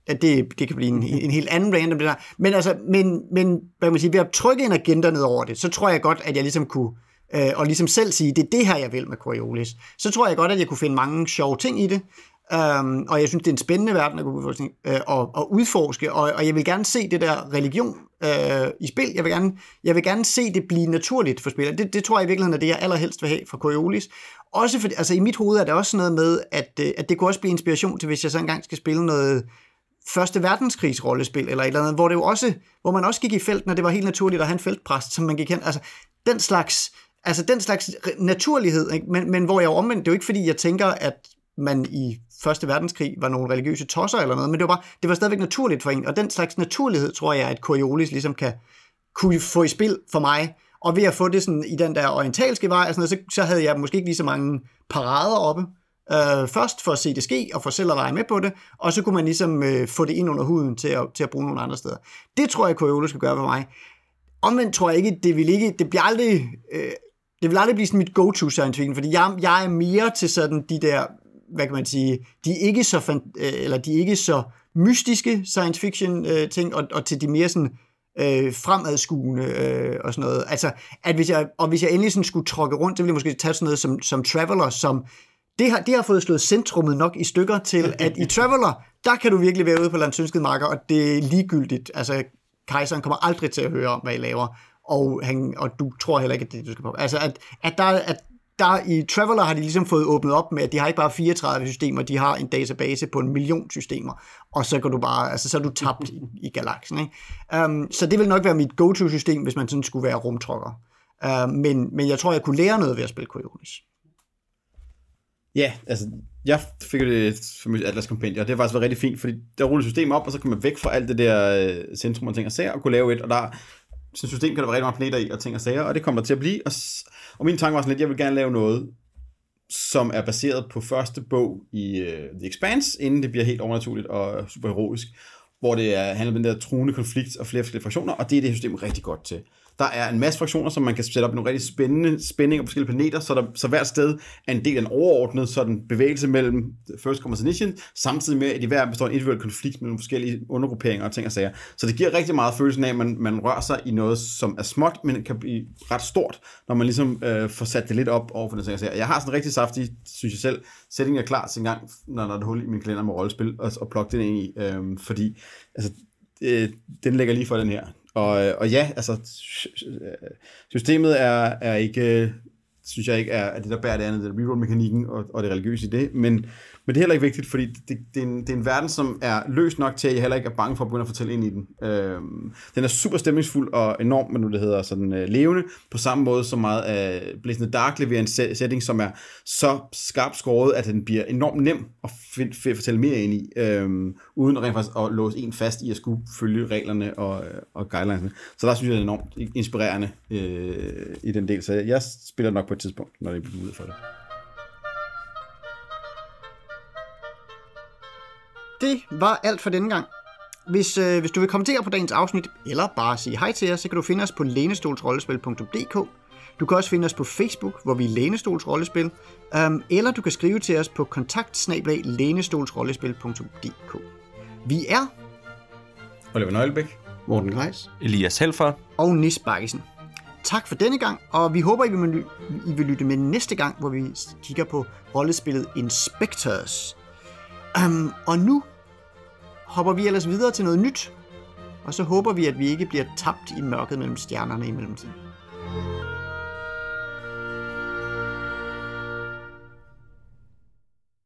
at det, det kan blive en, en helt anden random, det der. Men altså, men, men hvad kan man sige, ved at trykke en agenda ned over det, så tror jeg godt, at jeg ligesom kunne, øh, og ligesom selv sige, det er det her, jeg vil med Coriolis. Så tror jeg godt, at jeg kunne finde mange sjove ting i det, um, og jeg synes, det er en spændende verden at kunne udforske, øh, og, og udforske, og, og jeg vil gerne se det der religion øh, i spil. Jeg vil, gerne, jeg vil gerne se det blive naturligt for spillere. Det, det tror jeg i virkeligheden er det, jeg allerhelst vil have fra Coriolis. Også fordi, altså i mit hoved er der også noget med, at, at det kunne også blive inspiration til, hvis jeg så engang skal spille noget Første Verdenskrigs rollespil, eller et eller andet, hvor, det jo også, hvor man også gik i felten, og det var helt naturligt at have en feltpræst, som man gik hen. Altså den slags, altså den slags naturlighed, ikke? Men, men hvor jeg jo omvendt, det er jo ikke fordi, jeg tænker, at man i Første Verdenskrig var nogle religiøse tosser eller noget, men det var bare, det var stadigvæk naturligt for en, og den slags naturlighed, tror jeg, at Coriolis ligesom kan kunne få i spil for mig, og ved at få det sådan i den der orientalske vej, sådan noget, så, så havde jeg måske ikke lige så mange parader oppe, øh, først for at se det ske, og for selv at lege med på det, og så kunne man ligesom øh, få det ind under huden til at, til at bruge nogle andre steder. Det tror jeg, Coriolis skal gøre for mig. Omvendt tror jeg ikke, det vil ikke, det bliver aldrig, øh, det vil aldrig blive sådan mit go-to science fiction, fordi jeg, jeg er mere til sådan de der, hvad kan man sige, de er ikke så, fan, øh, eller de er ikke så mystiske science fiction øh, ting, og, og til de mere sådan øh, fremadskuende øh, og sådan noget. Altså, at hvis jeg, og hvis jeg endelig sådan skulle tråkke rundt, så ville jeg måske tage sådan noget som, som Traveller, som det har, det har fået slået centrummet nok i stykker til, at i Traveller, der kan du virkelig være ude på landsønskede marker, og det er ligegyldigt. Altså, kejseren kommer aldrig til at høre om, hvad I laver, og, han, og du tror heller ikke, at det du skal på. Altså, at, at der, at der i Traveller har de ligesom fået åbnet op med, at de har ikke bare fireogtredive systemer, de har en database på en million systemer, og så kan du bare, altså så er du tabt i, i galaksen, ikke? Um, så det vil nok være mit go-to-system, hvis man sådan skulle være rumtrukker. Uh, men, men jeg tror, jeg kunne lære noget ved at spille Coriolis. Ja, altså, jeg fik jo det famøse Atlas Compendium, og det har faktisk været rigtig fint, fordi der ruller systemet op, og så kan man væk fra alt det der uh, centrum og ting og sager, og kunne lave et, og der så system kan der være rigtig mange planeter i, og ting og sager, og det kommer der til at blive, og, og min tanke var sådan lidt, jeg vil gerne lave noget, som er baseret på første bog i uh, The Expanse, inden det bliver helt overnaturligt og superheroisk, hvor det er, handler om den der truende konflikt og flere forskellige fraktioner, og det er det system rigtig godt til. Der er en masse fraktioner, som man kan sætte op i nogle rigtig spændende spændinger på forskellige planeter, så, der, så hvert sted er en del af en overordnet sådan bevægelse mellem First Common Nation, samtidig med, at i hver består en individuel konflikt mellem forskellige undergrupperinger og ting og sager. Så det giver rigtig meget følelsen af, at man, man rører sig i noget, som er småt, men kan blive ret stort, når man ligesom øh, får sat det lidt op over for den ting og sager. Jeg har sådan en rigtig saftig, synes jeg selv, sætning er klar til en gang, når der er et hul i min kalender med rollespil, og, og plukke den ind i, øh, fordi altså, øh, den ligger lige for den her. Og, og ja, altså, systemet er, er ikke, synes jeg ikke, er, er det, der bærer det andet, det er reroll-mekanikken og, og det religiøse i det, men, men det er heller ikke vigtigt, fordi det, det, er en, det er en verden, som er løs nok til, at jeg heller ikke er bange for at begynde at fortælle ind i den. Øhm, den er super stemningsfuld og enormt, hvad nu det hedder, sådan øh, levende, på samme måde som meget af Blazing the Dark leverer en setting, som er så skarpt skåret, at den bliver enormt nem at f- f- fortælle mere ind i, øhm, uden rent faktisk at låse en fast i at skulle følge reglerne og, og guidelinesene. Så der synes jeg, det er enormt inspirerende øh, i den del, så jeg spiller nok på et tidspunkt, når det bliver ud for det. Det var alt for denne gang. Hvis, øh, hvis du vil kommentere på dagens afsnit, eller bare sige hej til os, så kan du finde os på lænestolsrollespil punktum d k. Du kan også finde os på Facebook, hvor vi er Lænestols Rollespil, um, eller du kan skrive til os på kontakt snabel-a lænestolsrollespil punktum d k. Vi er Oliver Nøglebæk, Morten Greis, Elias Helfer og Nis Bakkesen. Tak for denne gang, og vi håber, I vil, I vil lytte med næste gang, hvor vi kigger på rollespillet Inspectors. Um, og nu hopper vi ellers videre til noget nyt, og så håber vi, at vi ikke bliver tabt i mørket mellem stjernerne i mellemtiden.